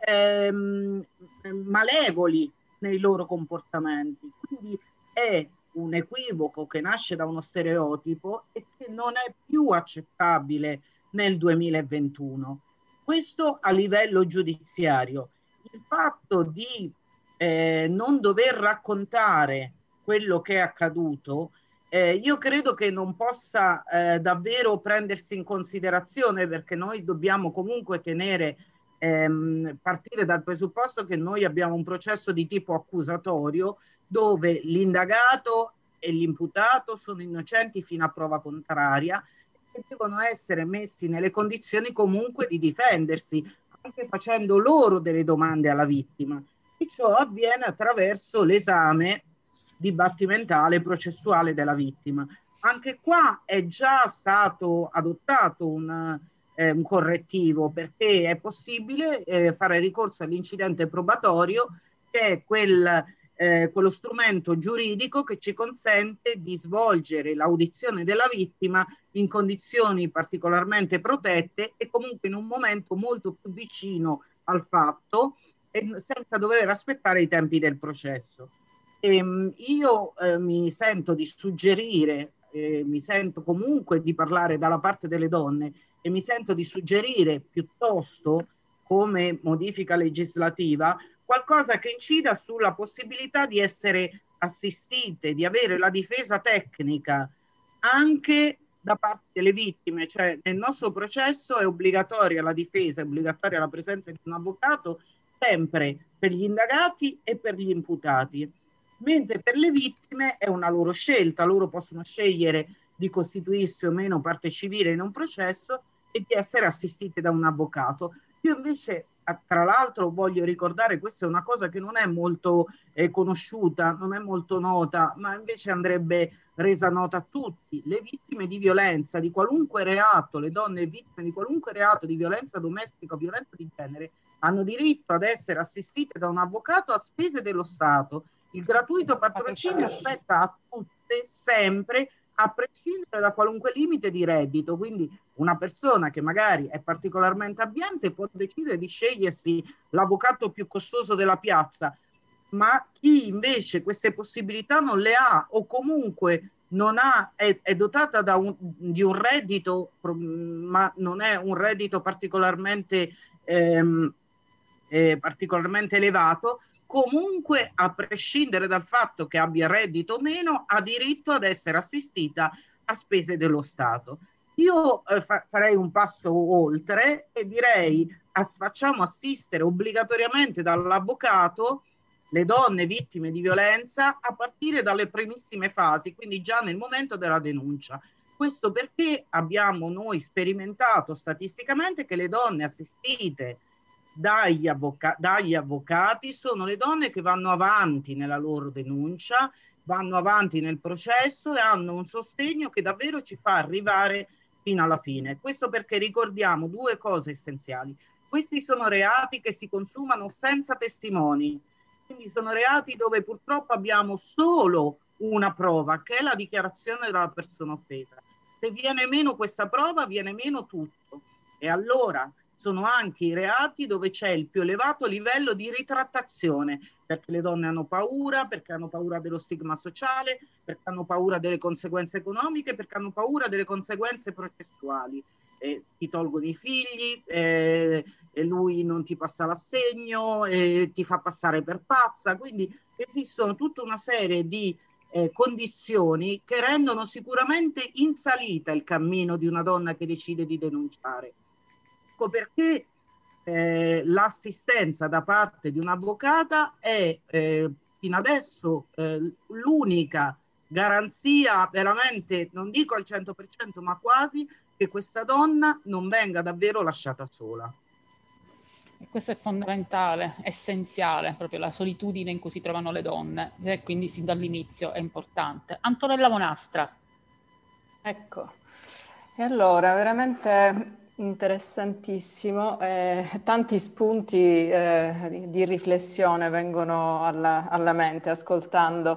malevoli nei loro comportamenti. Quindi è un equivoco che nasce da uno stereotipo e che non è più accettabile nel 2021. Questo a livello giudiziario. Il fatto di non dover raccontare quello che è accaduto, io credo che non possa davvero prendersi in considerazione, perché noi dobbiamo comunque partire dal presupposto che noi abbiamo un processo di tipo accusatorio dove l'indagato e l'imputato sono innocenti fino a prova contraria e devono essere messi nelle condizioni comunque di difendersi, anche facendo loro delle domande alla vittima. E ciò avviene attraverso l'esame dibattimentale processuale della vittima. Anche qua è già stato adottato un correttivo, perché è possibile fare ricorso all'incidente probatorio, che è quello strumento giuridico che ci consente di svolgere l'audizione della vittima in condizioni particolarmente protette e comunque in un momento molto più vicino al fatto e senza dover aspettare i tempi del processo. Io mi sento di suggerire, mi sento comunque di parlare dalla parte delle donne e mi sento di suggerire piuttosto come modifica legislativa qualcosa che incida sulla possibilità di essere assistite, di avere la difesa tecnica anche da parte delle vittime, cioè nel nostro processo è obbligatoria la difesa, è obbligatoria la presenza di un avvocato sempre per gli indagati e per gli imputati, mentre per le vittime è una loro scelta, loro possono scegliere di costituirsi o meno parte civile in un processo e di essere assistite da un avvocato. Io invece, tra l'altro, voglio ricordare, questa è una cosa che non è molto conosciuta, non è molto nota, ma invece andrebbe resa nota a tutti. Le vittime di violenza, di qualunque reato, le donne vittime di qualunque reato di violenza domestica o violenza di genere, hanno diritto ad essere assistite da un avvocato a spese dello Stato. Il gratuito patrocinio spetta a tutte, sempre, a prescindere da qualunque limite di reddito. Quindi una persona che magari è particolarmente abbiente può decidere di scegliersi l'avvocato più costoso della piazza, ma chi invece queste possibilità non le ha, o comunque non ha, è dotata di un reddito, ma non è un reddito particolarmente elevato, comunque, a prescindere dal fatto che abbia reddito o meno, ha diritto ad essere assistita a spese dello Stato. Io farei un passo oltre e direi facciamo assistere obbligatoriamente dall'avvocato le donne vittime di violenza a partire dalle primissime fasi, quindi già nel momento della denuncia. Questo perché abbiamo noi sperimentato statisticamente che le donne assistite dagli avvocati sono le donne che vanno avanti nella loro denuncia, vanno avanti nel processo e hanno un sostegno che davvero ci fa arrivare fino alla fine. Questo perché ricordiamo due cose essenziali. Questi sono reati che si consumano senza testimoni, quindi sono reati dove purtroppo abbiamo solo una prova, che è la dichiarazione della persona offesa. Se viene meno questa prova, viene meno tutto. E allora sono anche i reati dove c'è il più elevato livello di ritrattazione, perché le donne hanno paura, perché hanno paura dello stigma sociale, perché hanno paura delle conseguenze economiche, perché hanno paura delle conseguenze processuali. Ti tolgono i figli, e lui non ti passa l'assegno, ti fa passare per pazza. Quindi esistono tutta una serie di condizioni che rendono sicuramente in salita il cammino di una donna che decide di denunciare. Ecco perché l'assistenza da parte di un'avvocata è fino adesso l'unica garanzia, veramente, non dico al 100%, ma quasi, che questa donna non venga davvero lasciata sola. E questo è fondamentale, essenziale, proprio la solitudine in cui si trovano le donne, e quindi sin dall'inizio è importante. Antonella Monastra. Ecco, e allora veramente interessantissimo, tanti spunti di riflessione vengono alla mente ascoltando.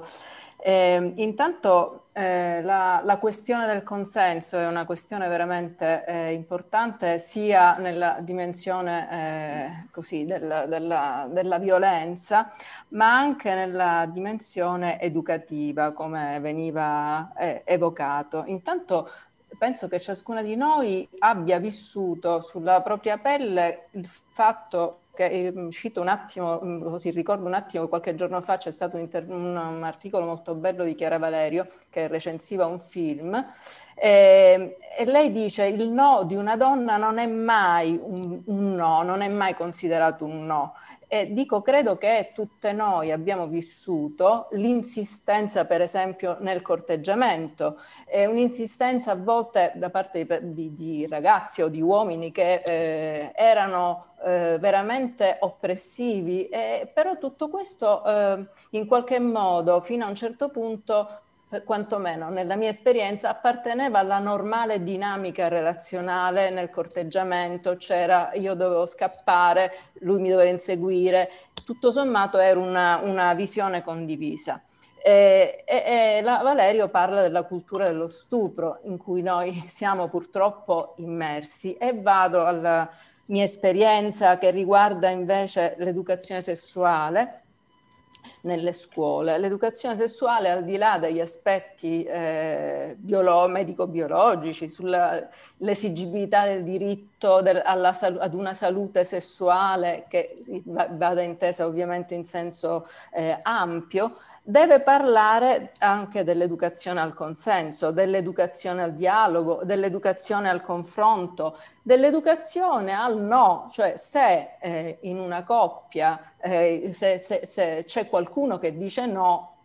Intanto la questione del consenso è una questione veramente importante sia nella dimensione così della violenza, ma anche nella dimensione educativa, come veniva evocato. Intanto penso che ciascuna di noi abbia vissuto sulla propria pelle il fatto che, cito un attimo, così ricordo un attimo, qualche giorno fa c'è stato un articolo molto bello di Chiara Valerio che recensiva un film e lei dice il no di una donna non è mai un no, non è mai considerato un no. E dico, credo che tutte noi abbiamo vissuto l'insistenza, per esempio, nel corteggiamento, un'insistenza a volte da parte di ragazzi o di uomini che erano veramente oppressivi, però tutto questo in qualche modo, fino a un certo punto, quantomeno nella mia esperienza, apparteneva alla normale dinamica relazionale nel corteggiamento. C'era, io dovevo scappare, lui mi doveva inseguire, tutto sommato era una visione condivisa. Valerio parla della cultura dello stupro in cui noi siamo purtroppo immersi, e vado alla mia esperienza che riguarda invece l'educazione sessuale nelle scuole. L'educazione sessuale, al di là degli aspetti medico-biologici, sull'esigibilità del diritto ad una salute sessuale che vada intesa ovviamente in senso ampio, deve parlare anche dell'educazione al consenso, dell'educazione al dialogo, dell'educazione al confronto, dell'educazione al no, cioè se in una coppia se c'è qualcuno che dice no,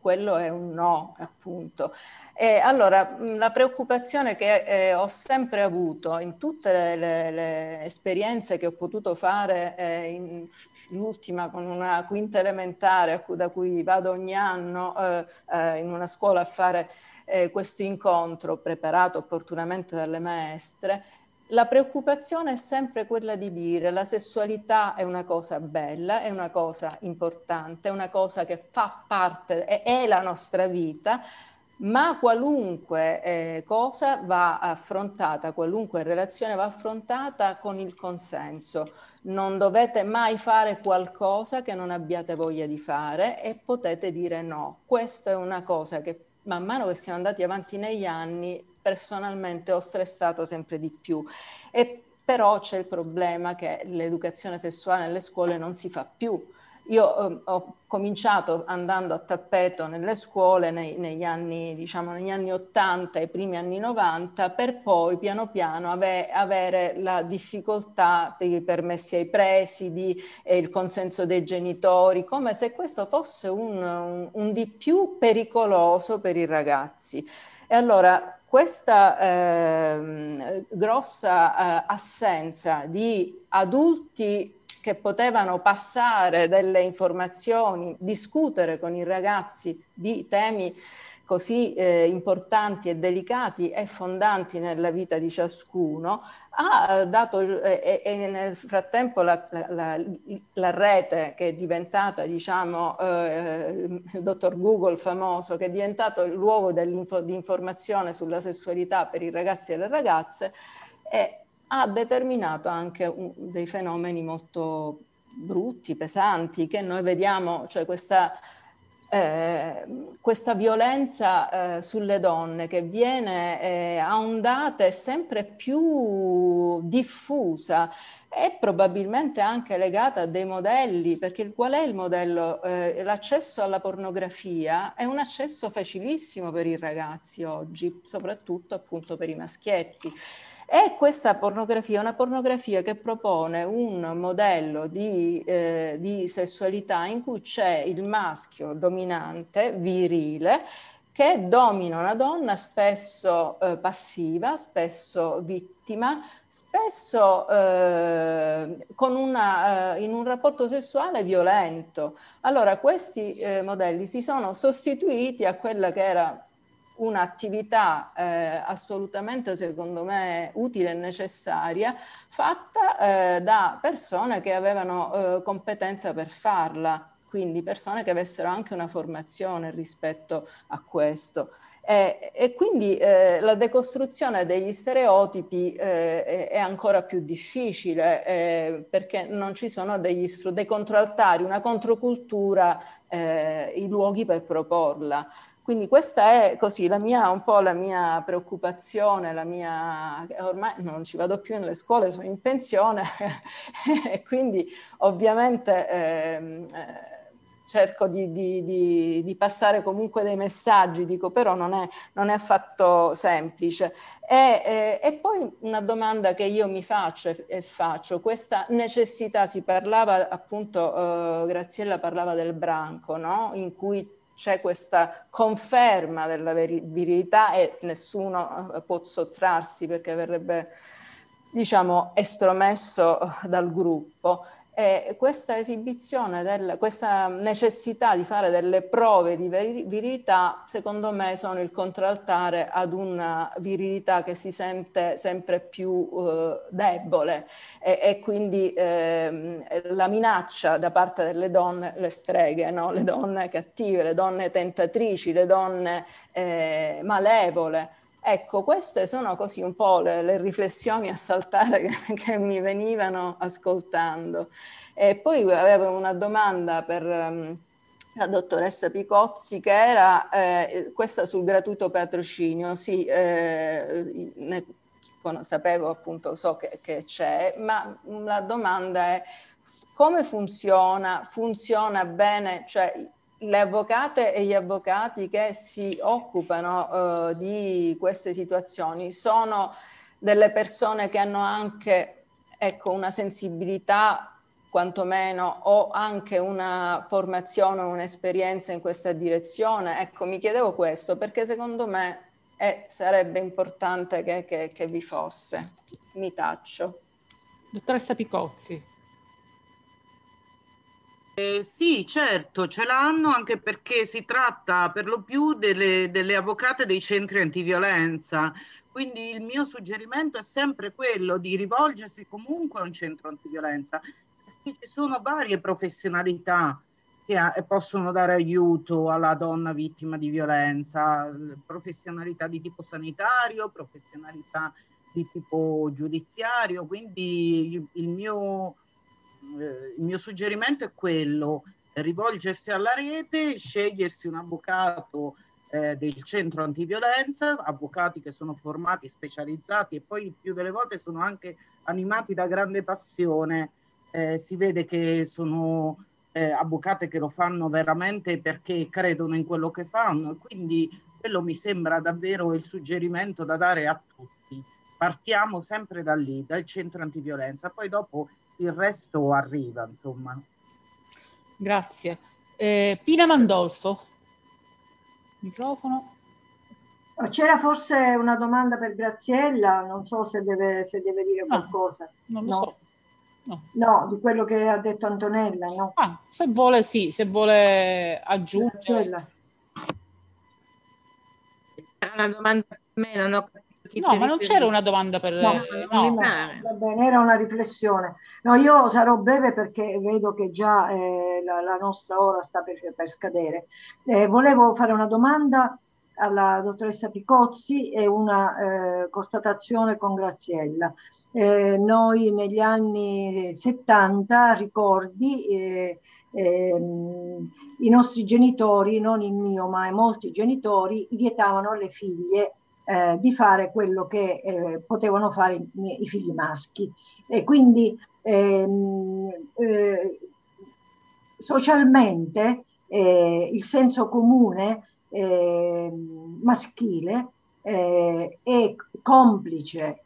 quello è un no, appunto. E allora la preoccupazione che ho sempre avuto in tutte le esperienze che ho potuto fare, l'ultima con una quinta elementare da cui vado ogni anno in una scuola a fare questo incontro preparato opportunamente dalle maestre, la preoccupazione è sempre quella di dire la sessualità è una cosa bella, è una cosa importante, è una cosa che fa parte, è la nostra vita, ma qualunque cosa va affrontata, qualunque relazione va affrontata con il consenso. Non dovete mai fare qualcosa che non abbiate voglia di fare e potete dire no. Questa è una cosa che man mano che siamo andati avanti negli anni, personalmente ho stressato sempre di più. E però c'è il problema che l'educazione sessuale nelle scuole non si fa più. Io ho cominciato andando a tappeto nelle scuole negli anni, diciamo, negli anni 80 e i primi anni 90, per poi piano piano avere la difficoltà per i permessi ai presidi, il consenso dei genitori, come se questo fosse un di più pericoloso per i ragazzi. E allora questa grossa assenza di adulti che potevano passare delle informazioni, discutere con i ragazzi di temi così importanti e delicati e fondanti nella vita di ciascuno, ha dato, e nel frattempo la rete che è diventata, diciamo, il dottor Google famoso, che è diventato il luogo di informazione sulla sessualità per i ragazzi e le ragazze, ha determinato anche dei fenomeni molto brutti, pesanti, che noi vediamo, cioè questa violenza sulle donne che viene a ondate sempre più diffusa e probabilmente anche legata a dei modelli, perché qual è il modello? L'accesso alla pornografia è un accesso facilissimo per i ragazzi oggi, soprattutto appunto per i maschietti. E questa pornografia è una pornografia che propone un modello di sessualità in cui c'è il maschio dominante, virile, che domina una donna spesso passiva, spesso vittima, spesso con in un rapporto sessuale violento. Allora questi modelli si sono sostituiti a quella che era un'attività assolutamente, secondo me, utile e necessaria, fatta da persone che avevano competenza per farla, quindi persone che avessero anche una formazione rispetto a questo. E quindi la decostruzione degli stereotipi è ancora più difficile perché non ci sono dei controaltari, una controcultura, i luoghi per proporla. Quindi questa è così un po' la mia preoccupazione, ormai non ci vado più nelle scuole, sono in pensione e quindi ovviamente cerco di passare comunque dei messaggi, dico, però non è affatto semplice. E poi una domanda che io mi faccio e faccio, questa necessità, si parlava appunto, Graziella parlava del branco, no? In cui c'è questa conferma della virilità e nessuno può sottrarsi perché verrebbe, diciamo, estromesso dal gruppo. E questa esibizione, questa necessità di fare delle prove di virilità, secondo me, sono il contraltare ad una virilità che si sente sempre più debole e quindi la minaccia da parte delle donne, le streghe, no? Le donne cattive, le donne tentatrici, le donne malevole. Ecco, queste sono così un po' le riflessioni a saltare che mi venivano ascoltando. E poi avevo una domanda per la dottoressa Picozzi, che era questa sul gratuito patrocinio. Sì, sapevo appunto, so che c'è, ma la domanda è come funziona? Funziona bene? Cioè, le avvocate e gli avvocati che si occupano di queste situazioni sono delle persone che hanno anche, ecco, una sensibilità quantomeno ho anche una formazione, un'esperienza in questa direzione. Ecco, mi chiedevo questo perché secondo me sarebbe importante che vi fosse. Mi taccio. Dottoressa Picozzi. Sì, certo, ce l'hanno, anche perché si tratta per lo più delle avvocate dei centri antiviolenza. Quindi il mio suggerimento è sempre quello di rivolgersi comunque a un centro antiviolenza, perché ci sono varie professionalità che possono dare aiuto alla donna vittima di violenza, professionalità di tipo sanitario, professionalità di tipo giudiziario. Quindi il mio suggerimento è quello: rivolgersi alla rete, scegliersi un avvocato del centro antiviolenza, avvocati che sono formati, specializzati e poi più delle volte sono anche animati da grande passione. Si vede che sono avvocate che lo fanno veramente perché credono in quello che fanno, e quindi quello mi sembra davvero il suggerimento da dare a tutti. Partiamo sempre da lì, dal centro antiviolenza, poi dopo il resto arriva, insomma. Grazie. Pina Mandolfo. Microfono. C'era forse una domanda per Graziella, non so se deve dire qualcosa. Non lo so. No, di quello che ha detto Antonella, no? Se vuole, sì, se vuole aggiungere. Graziella. Era una domanda per me, non ho capito chi No, ma non c'era una domanda per... No, va bene, era una riflessione. No, io sarò breve perché vedo che già la nostra ora sta per scadere. Volevo fare una domanda alla dottoressa Picozzi e una constatazione con Graziella. Noi negli anni 70, ricordi, i nostri genitori, non il mio, ma molti genitori, vietavano alle figlie di fare quello che potevano fare i figli maschi. E quindi socialmente il senso comune maschile è complice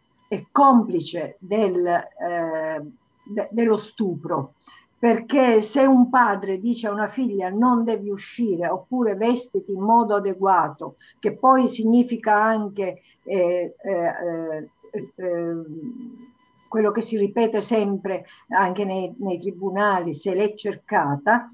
dello stupro, perché se un padre dice a una figlia non devi uscire oppure vestiti in modo adeguato, che poi significa anche quello che si ripete sempre anche nei tribunali, se l'è cercata,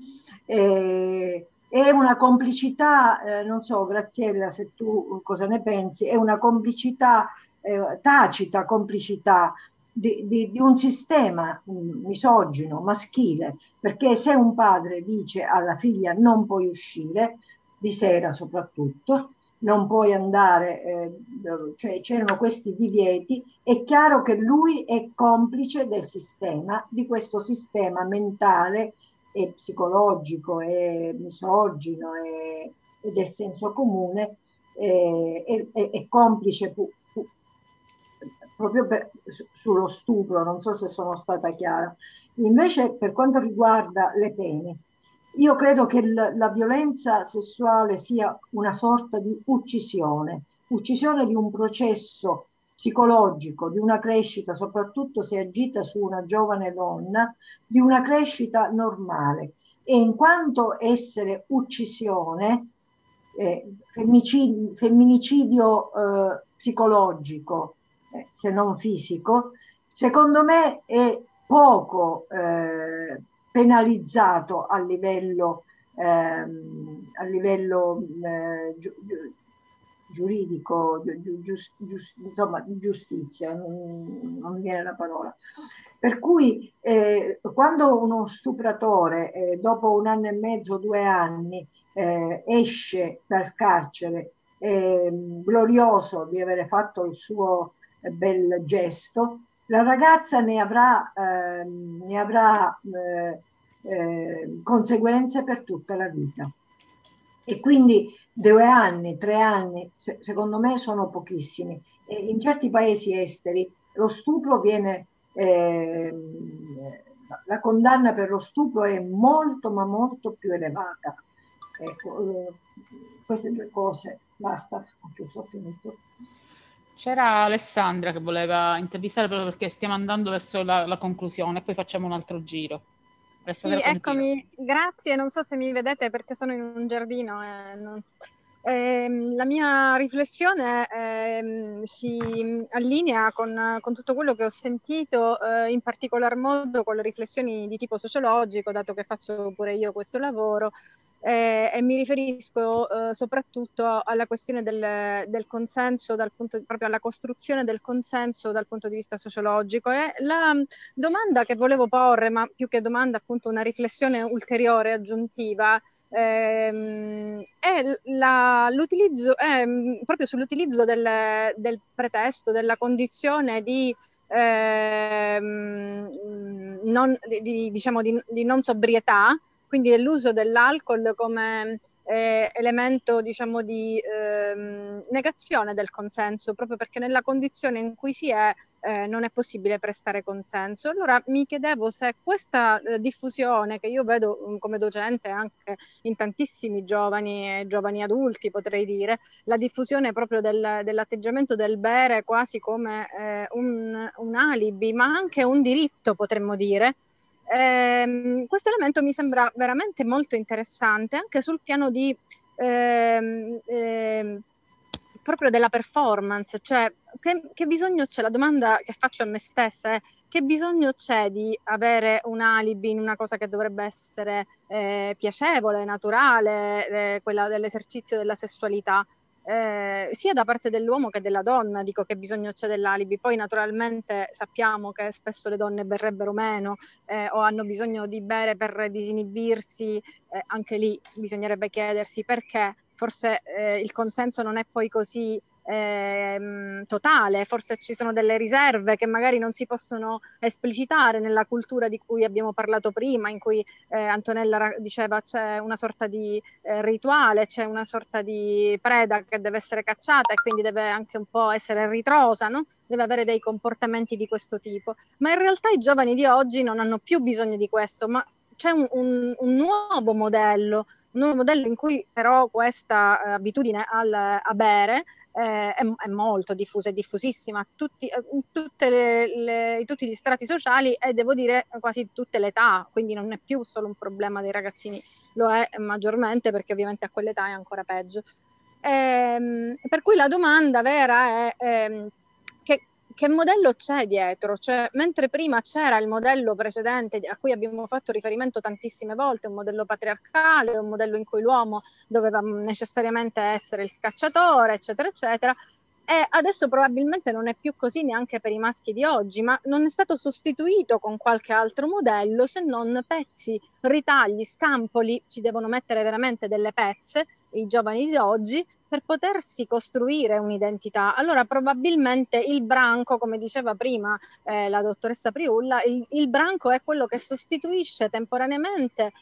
è una complicità, non so Graziella se tu cosa ne pensi, è una complicità, tacita complicità di un sistema misogino, maschile, perché se un padre dice alla figlia non puoi uscire, di sera soprattutto, non puoi andare, cioè c'erano questi divieti, è chiaro che lui è complice del sistema, di questo sistema mentale e psicologico e misogino e del senso comune, è complice proprio sullo stupro, non so se sono stata chiara. Invece per quanto riguarda le pene, io credo che la violenza sessuale sia una sorta di uccisione di un processo psicologico, di una crescita, soprattutto se agita su una giovane donna, di una crescita normale. E in quanto essere uccisione, femminicidio psicologico, se non fisico, secondo me è poco penalizzato a livello giuridico, insomma di giustizia, non mi viene la parola. Per cui quando uno stupratore dopo 1 anno e mezzo, 2 anni esce dal carcere glorioso di avere fatto il suo bel gesto, la ragazza ne avrà conseguenze per tutta la vita. E quindi 2 anni, 3 anni, secondo me sono pochissimi. E in certi paesi esteri lo stupro viene, la condanna per lo stupro è molto, ma molto più elevata. Ecco, queste 2 cose, basta, ho finito. C'era Alessandra che voleva intervistare proprio perché stiamo andando verso la conclusione, poi facciamo un altro giro. Sì, eccomi, grazie, non so se mi vedete perché sono in un giardino. La mia riflessione si allinea con tutto quello che ho sentito, in particolar modo con le riflessioni di tipo sociologico, dato che faccio pure io questo lavoro, e mi riferisco soprattutto alla questione del consenso, proprio alla costruzione del consenso dal punto di vista sociologico. E la domanda che volevo porre, ma più che domanda appunto una riflessione ulteriore, aggiuntiva, è l'utilizzo, proprio sull'utilizzo del pretesto, della condizione di diciamo di non sobrietà, quindi dell'uso dell'alcol come elemento, diciamo, di negazione del consenso, proprio perché nella condizione in cui si è non è possibile prestare consenso. Allora mi chiedevo se questa diffusione che io vedo come docente anche in tantissimi giovani adulti, potrei dire, la diffusione proprio dell'atteggiamento del bere quasi come un alibi, ma anche un diritto, potremmo dire. Questo elemento mi sembra veramente molto interessante anche sul piano di proprio della performance, cioè che bisogno c'è, la domanda che faccio a me stessa è: che bisogno c'è di avere un alibi in una cosa che dovrebbe essere piacevole, naturale, quella dell'esercizio della sessualità? Sia da parte dell'uomo che della donna, dico, che bisogno c'è dell'alibi. Poi naturalmente sappiamo che spesso le donne berrebbero meno o hanno bisogno di bere per disinibirsi, anche lì bisognerebbe chiedersi perché. Forse il consenso non è poi così totale, forse ci sono delle riserve che magari non si possono esplicitare nella cultura di cui abbiamo parlato prima, in cui Antonella diceva c'è una sorta di rituale, c'è una sorta di preda che deve essere cacciata e quindi deve anche un po' essere ritrosa, no? Deve avere dei comportamenti di questo tipo, ma in realtà i giovani di oggi non hanno più bisogno di questo, ma c'è un nuovo modello in cui però questa abitudine a bere è molto diffusa, è diffusissima in tutti gli strati sociali e devo dire quasi tutte le età, quindi non è più solo un problema dei ragazzini, lo è maggiormente perché ovviamente a quell'età è ancora peggio. Per cui la domanda vera è che modello c'è dietro? Cioè, mentre prima c'era il modello precedente a cui abbiamo fatto riferimento tantissime volte, un modello patriarcale, un modello in cui l'uomo doveva necessariamente essere il cacciatore, eccetera, eccetera, e adesso probabilmente non è più così neanche per i maschi di oggi, ma non è stato sostituito con qualche altro modello, se non pezzi, ritagli, scampoli. Ci devono mettere veramente delle pezze i giovani di oggi per potersi costruire un'identità. Allora probabilmente il branco, come diceva prima la dottoressa Priulla, il branco è quello che sostituisce temporaneamente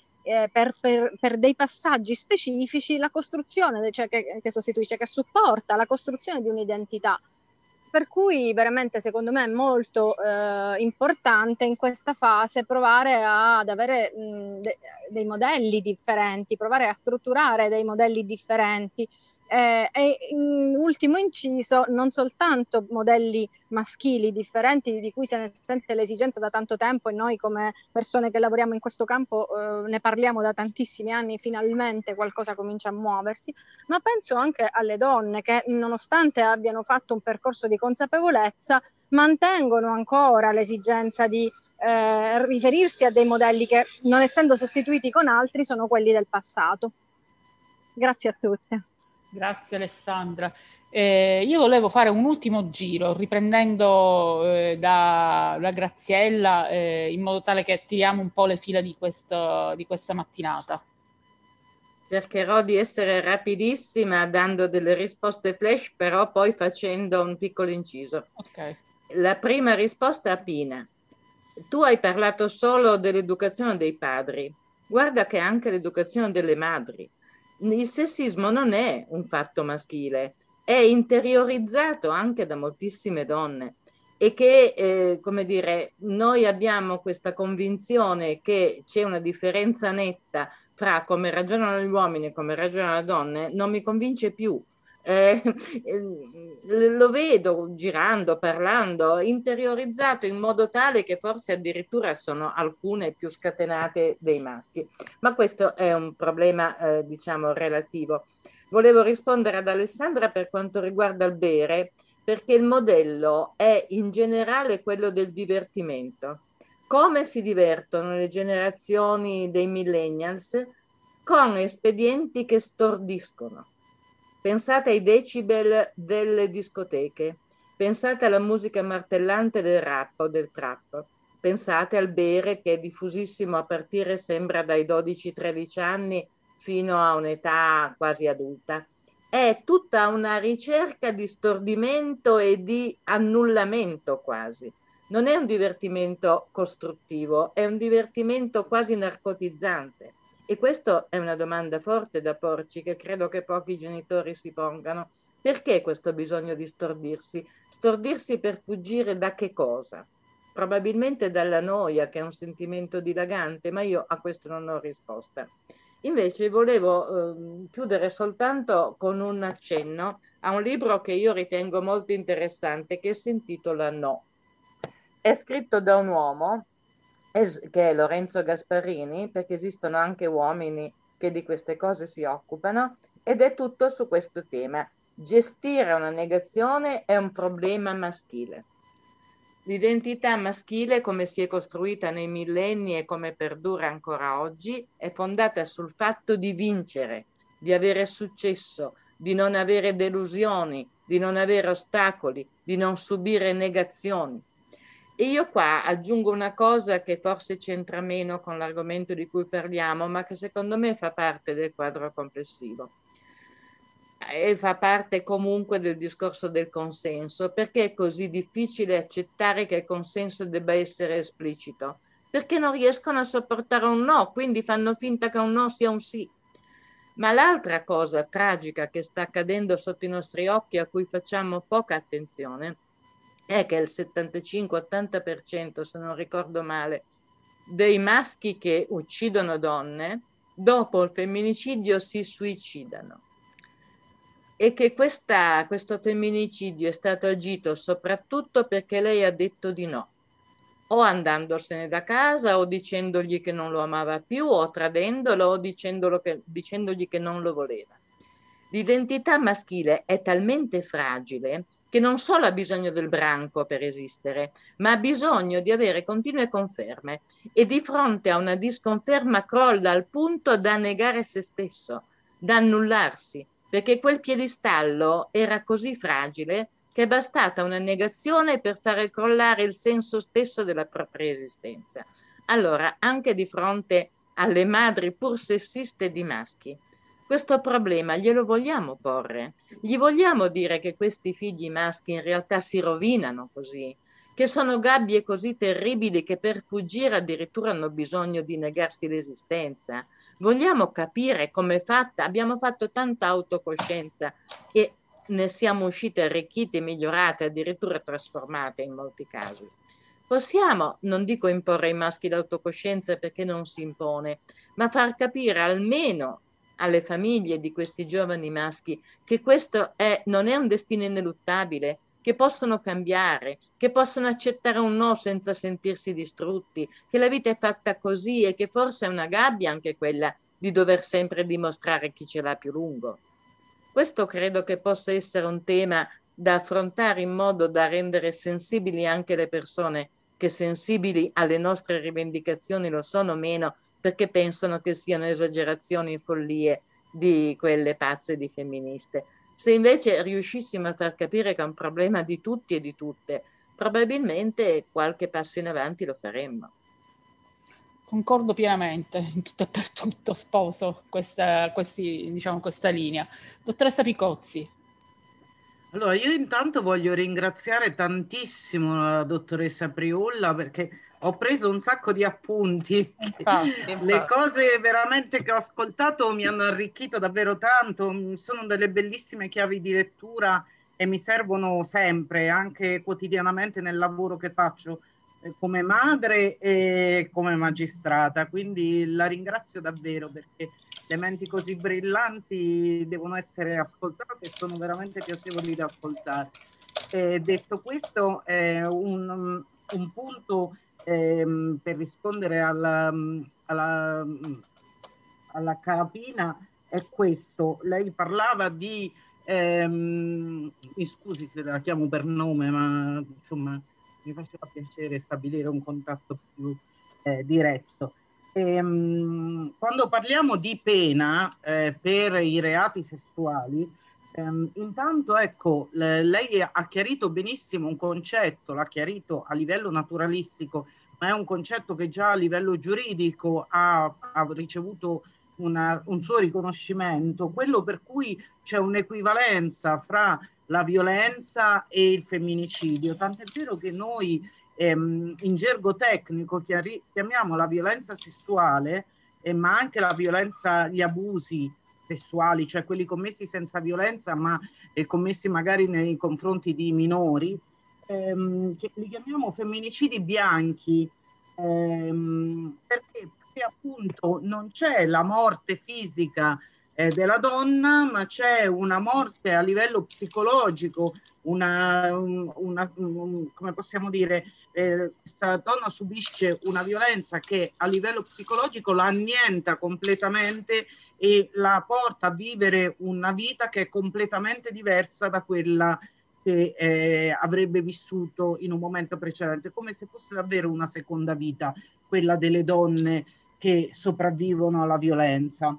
per dei passaggi specifici la costruzione, cioè che sostituisce, che supporta la costruzione di un'identità. Per cui veramente secondo me è molto importante in questa fase provare ad avere dei modelli differenti, provare a strutturare dei modelli differenti. E in ultimo inciso, non soltanto modelli maschili differenti di cui se ne sente l'esigenza da tanto tempo, e noi come persone che lavoriamo in questo campo ne parliamo da tantissimi anni, finalmente qualcosa comincia a muoversi, ma penso anche alle donne che nonostante abbiano fatto un percorso di consapevolezza mantengono ancora l'esigenza di riferirsi a dei modelli che, non essendo sostituiti con altri, sono quelli del passato. Grazie a tutte. Grazie Alessandra. Io volevo fare un ultimo giro riprendendo da Graziella in modo tale che attiriamo un po' le fila di questa mattinata. Cercherò di essere rapidissima dando delle risposte flash, però poi facendo un piccolo inciso. Okay. La prima risposta a Pina. Tu hai parlato solo dell'educazione dei padri. Guarda che anche l'educazione delle madri. Il sessismo non è un fatto maschile, è interiorizzato anche da moltissime donne e che, come dire, noi abbiamo questa convinzione che c'è una differenza netta fra come ragionano gli uomini e come ragionano le donne, non mi convince più, Lo vedo girando, parlando, interiorizzato in modo tale che forse addirittura sono alcune più scatenate dei maschi. Ma questo è un problema, diciamo, relativo. Volevo rispondere ad Alessandra per quanto riguarda il bere, perché il modello è in generale quello del divertimento. Come si divertono le generazioni dei millennials? Con espedienti che stordiscono. Pensate ai decibel delle discoteche, pensate alla musica martellante del rap o del trap, pensate al bere che è diffusissimo a partire, sembra, dai 12-13 anni fino a un'età quasi adulta. È tutta una ricerca di stordimento e di annullamento quasi. Non è un divertimento costruttivo, è un divertimento quasi narcotizzante. E questa è una domanda forte da porci, che credo che pochi genitori si pongano. Perché questo bisogno di stordirsi? Stordirsi per fuggire da che cosa? Probabilmente dalla noia, che è un sentimento dilagante, ma io a questo non ho risposta. Invece volevo chiudere soltanto con un accenno a un libro che io ritengo molto interessante, che si intitola No. È scritto da un uomo che è Lorenzo Gasparini, perché esistono anche uomini che di queste cose si occupano, ed è tutto su questo tema. Gestire una negazione è un problema maschile. L'identità maschile, come si è costruita nei millenni e come perdura ancora oggi, è fondata sul fatto di vincere, di avere successo, di non avere delusioni, di non avere ostacoli, di non subire negazioni. E io qua aggiungo una cosa che forse c'entra meno con l'argomento di cui parliamo, ma che secondo me fa parte del quadro complessivo. E fa parte comunque del discorso del consenso. Perché è così difficile accettare che il consenso debba essere esplicito? Perché non riescono a sopportare un no, quindi fanno finta che un no sia un sì. Ma l'altra cosa tragica che sta accadendo sotto i nostri occhi, a cui facciamo poca attenzione, è che il 75-80%, se non ricordo male, dei maschi che uccidono donne, dopo il femminicidio si suicidano. E che questo femminicidio è stato agito soprattutto perché lei ha detto di no, o andandosene da casa, o dicendogli che non lo amava più, o tradendolo, o dicendogli che non lo voleva. L'identità maschile è talmente fragile che non solo ha bisogno del branco per esistere, ma ha bisogno di avere continue conferme, e di fronte a una disconferma crolla al punto da negare se stesso, da annullarsi, perché quel piedistallo era così fragile che è bastata una negazione per fare crollare il senso stesso della propria esistenza. Allora, anche di fronte alle madri pur sessiste di maschi, questo problema glielo vogliamo porre? Gli vogliamo dire che questi figli maschi in realtà si rovinano così, che sono gabbie così terribili che per fuggire addirittura hanno bisogno di negarsi l'esistenza? Vogliamo capire come è fatta? Abbiamo fatto tanta autocoscienza e ne siamo uscite arricchite, migliorate, addirittura trasformate in molti casi. Possiamo, non dico imporre ai maschi l'autocoscienza perché non si impone, ma far capire almeno alle famiglie di questi giovani maschi che questo non è un destino ineluttabile, che possono cambiare, che possono accettare un no senza sentirsi distrutti, che la vita è fatta così e che forse è una gabbia anche quella di dover sempre dimostrare chi ce l'ha più lungo. Questo credo che possa essere un tema da affrontare in modo da rendere sensibili anche le persone che sensibili alle nostre rivendicazioni lo sono meno, perché pensano che siano esagerazioni e follie di quelle pazze di femministe. Se invece riuscissimo a far capire che è un problema di tutti e di tutte, probabilmente qualche passo in avanti lo faremmo. Concordo pienamente, in tutto e per tutto, sposo questa linea. Dottoressa Picozzi. Allora, io intanto voglio ringraziare tantissimo la dottoressa Priolla, perché ho preso un sacco di appunti. Infatti. Le cose veramente che ho ascoltato mi hanno arricchito davvero tanto, sono delle bellissime chiavi di lettura e mi servono sempre, anche quotidianamente nel lavoro che faccio come madre e come magistrata. Quindi la ringrazio davvero, perché le menti così brillanti devono essere ascoltate e sono veramente piacevoli da ascoltare. Detto questo, un punto per rispondere alla carapina è questo. Lei parlava di, mi scusi se la chiamo per nome, ma insomma mi faceva piacere stabilire un contatto più diretto. Quando parliamo di pena per i reati sessuali, intanto ecco, lei ha chiarito benissimo un concetto, l'ha chiarito a livello naturalistico, ma è un concetto che già a livello giuridico ha ricevuto un suo riconoscimento, quello per cui c'è un'equivalenza fra la violenza e il femminicidio, tant'è vero che noi in gergo tecnico chiamiamo la violenza sessuale, ma anche la violenza, gli abusi sessuali, cioè quelli commessi senza violenza ma commessi magari nei confronti di minori, che li chiamiamo femminicidi bianchi, perché appunto non c'è la morte fisica della donna, ma c'è una morte a livello psicologico, come possiamo dire, questa donna subisce una violenza che a livello psicologico la annienta completamente e la porta a vivere una vita che è completamente diversa da quella che avrebbe vissuto in un momento precedente, come se fosse davvero una seconda vita, quella delle donne che sopravvivono alla violenza.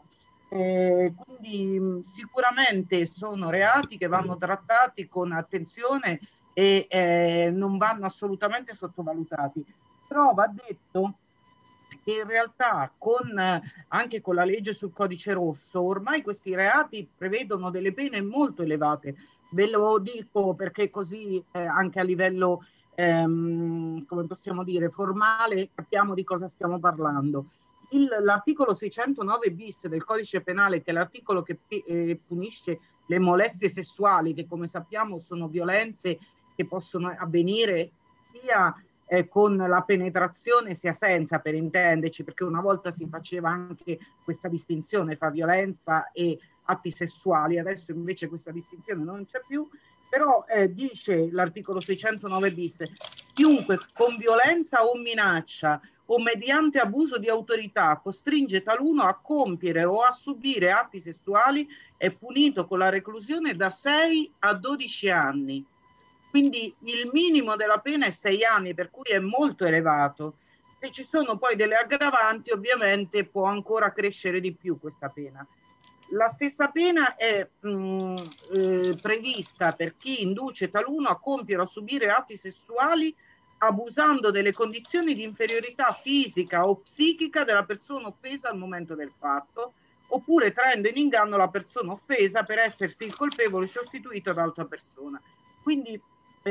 Quindi sicuramente sono reati che vanno trattati con attenzione e non vanno assolutamente sottovalutati. Però va detto che in realtà anche con la legge sul codice rosso ormai questi reati prevedono delle pene molto elevate. Ve lo dico perché così anche a livello come possiamo dire formale capiamo di cosa stiamo parlando. L'articolo 609 bis del codice penale, che è l'articolo che punisce le molestie sessuali, che come sappiamo sono violenze che possono avvenire sia con la penetrazione sia senza, per intenderci, perché una volta si faceva anche questa distinzione fra violenza e atti sessuali, adesso invece questa distinzione non c'è più, però dice l'articolo 609 bis, chiunque con violenza o minaccia o mediante abuso di autorità costringe taluno a compiere o a subire atti sessuali è punito con la reclusione da 6 a 12 anni. Quindi il minimo della pena è 6 anni, per cui è molto elevato. Se ci sono poi delle aggravanti, ovviamente può ancora crescere di più questa pena. La stessa pena è prevista per chi induce taluno a compiere o subire atti sessuali abusando delle condizioni di inferiorità fisica o psichica della persona offesa al momento del fatto, oppure traendo in inganno la persona offesa per essersi il colpevole sostituito da altra persona. Quindi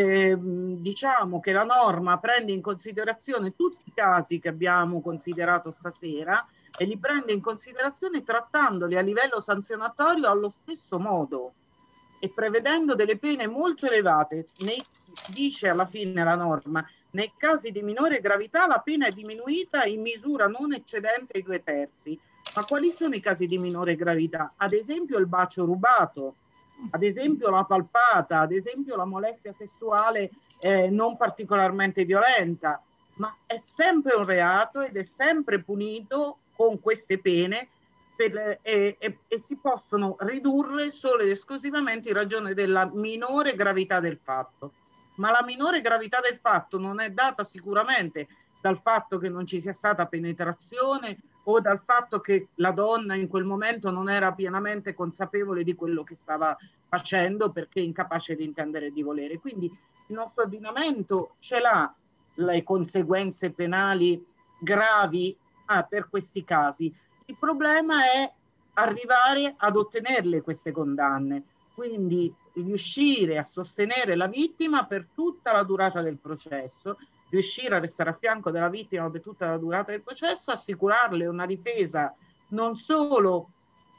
diciamo che la norma prende in considerazione tutti i casi che abbiamo considerato stasera e li prende in considerazione trattandoli a livello sanzionatorio allo stesso modo e prevedendo delle pene molto elevate. Dice alla fine la norma, nei casi di minore gravità la pena è diminuita in misura non eccedente i 2/3. Ma quali sono i casi di minore gravità? Ad esempio il bacio rubato, ad esempio la palpata, ad esempio la molestia sessuale non particolarmente violenta, ma è sempre un reato ed è sempre punito con queste pene e si possono ridurre solo ed esclusivamente in ragione della minore gravità del fatto. Ma la minore gravità del fatto non è data sicuramente dal fatto che non ci sia stata penetrazione o dal fatto che la donna in quel momento non era pienamente consapevole di quello che stava facendo perché incapace di intendere e di volere. Quindi il nostro ordinamento ce l'ha le conseguenze penali gravi per questi casi. Il problema è arrivare ad ottenerle queste condanne, quindi riuscire a sostenere la vittima per tutta la durata del processo, riuscire a restare a fianco della vittima per tutta la durata del processo, assicurarle una difesa non solo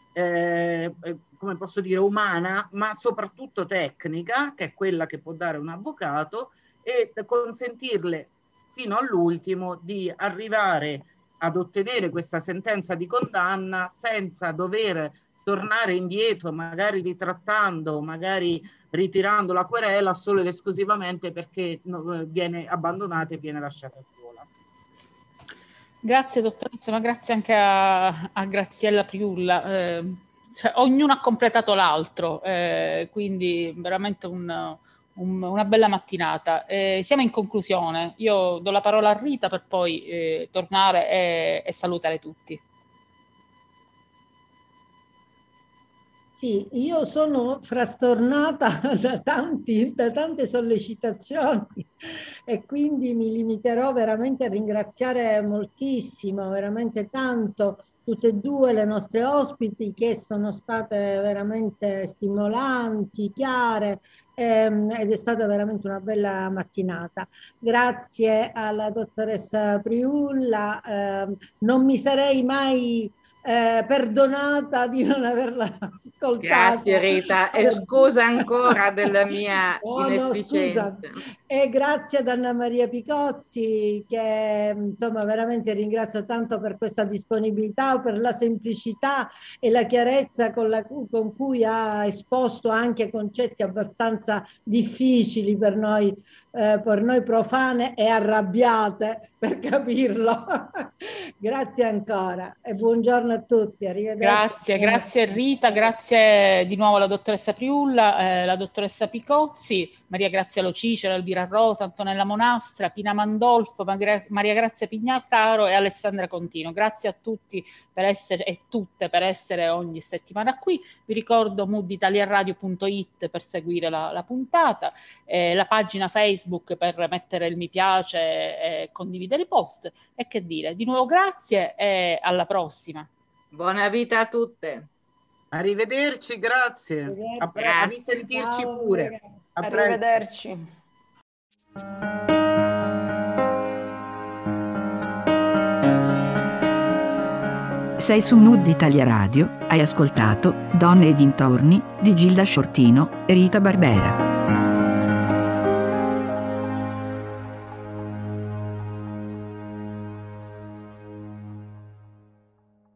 come posso dire umana, ma soprattutto tecnica, che è quella che può dare un avvocato, e consentirle fino all'ultimo di arrivare ad ottenere questa sentenza di condanna senza dover tornare indietro, magari ritrattando, magari ritirando la querela solo ed esclusivamente perché viene abbandonata e viene lasciata sola. Grazie dottoressa, ma grazie anche a Graziella Priulla. Cioè, ognuno ha completato l'altro, quindi veramente una bella mattinata. Siamo in conclusione. Io do la parola a Rita per poi tornare e salutare tutti. Sì, io sono frastornata da tante sollecitazioni e quindi mi limiterò veramente a ringraziare moltissimo, veramente tanto, tutte e due le nostre ospiti che sono state veramente stimolanti, chiare, ed è stata veramente una bella mattinata. Grazie alla dottoressa Priulla, non mi sarei mai perdonata di non averla ascoltata. Grazie Rita, e scusa ancora della mia inefficienza. No, e grazie ad Anna Maria Picozzi, che insomma veramente ringrazio tanto per questa disponibilità, per la semplicità e la chiarezza con cui ha esposto anche concetti abbastanza difficili per noi profane e arrabbiate per capirlo. Grazie ancora e buongiorno a tutti, arrivederci. Grazie Rita, grazie di nuovo alla dottoressa Priulla, la dottoressa Picozzi, Maria Grazia Locicera, Elvira Rosa, Antonella Monastra, Pina Mandolfo, Maria Grazia Pignataro e Alessandra Contino. Grazie a tutti per essere e tutte per essere ogni settimana qui. Vi ricordo mooditaliaradio.it per seguire la puntata, la pagina Facebook per mettere il mi piace e condividere i post. E che dire, di nuovo grazie e alla prossima. Buona vita a tutte. Arrivederci, grazie. A risentirci pure. Arrivederci. Sei su Mood Italia Radio, hai ascoltato Donne e dintorni di Gilda Shortino e Rita Barbera.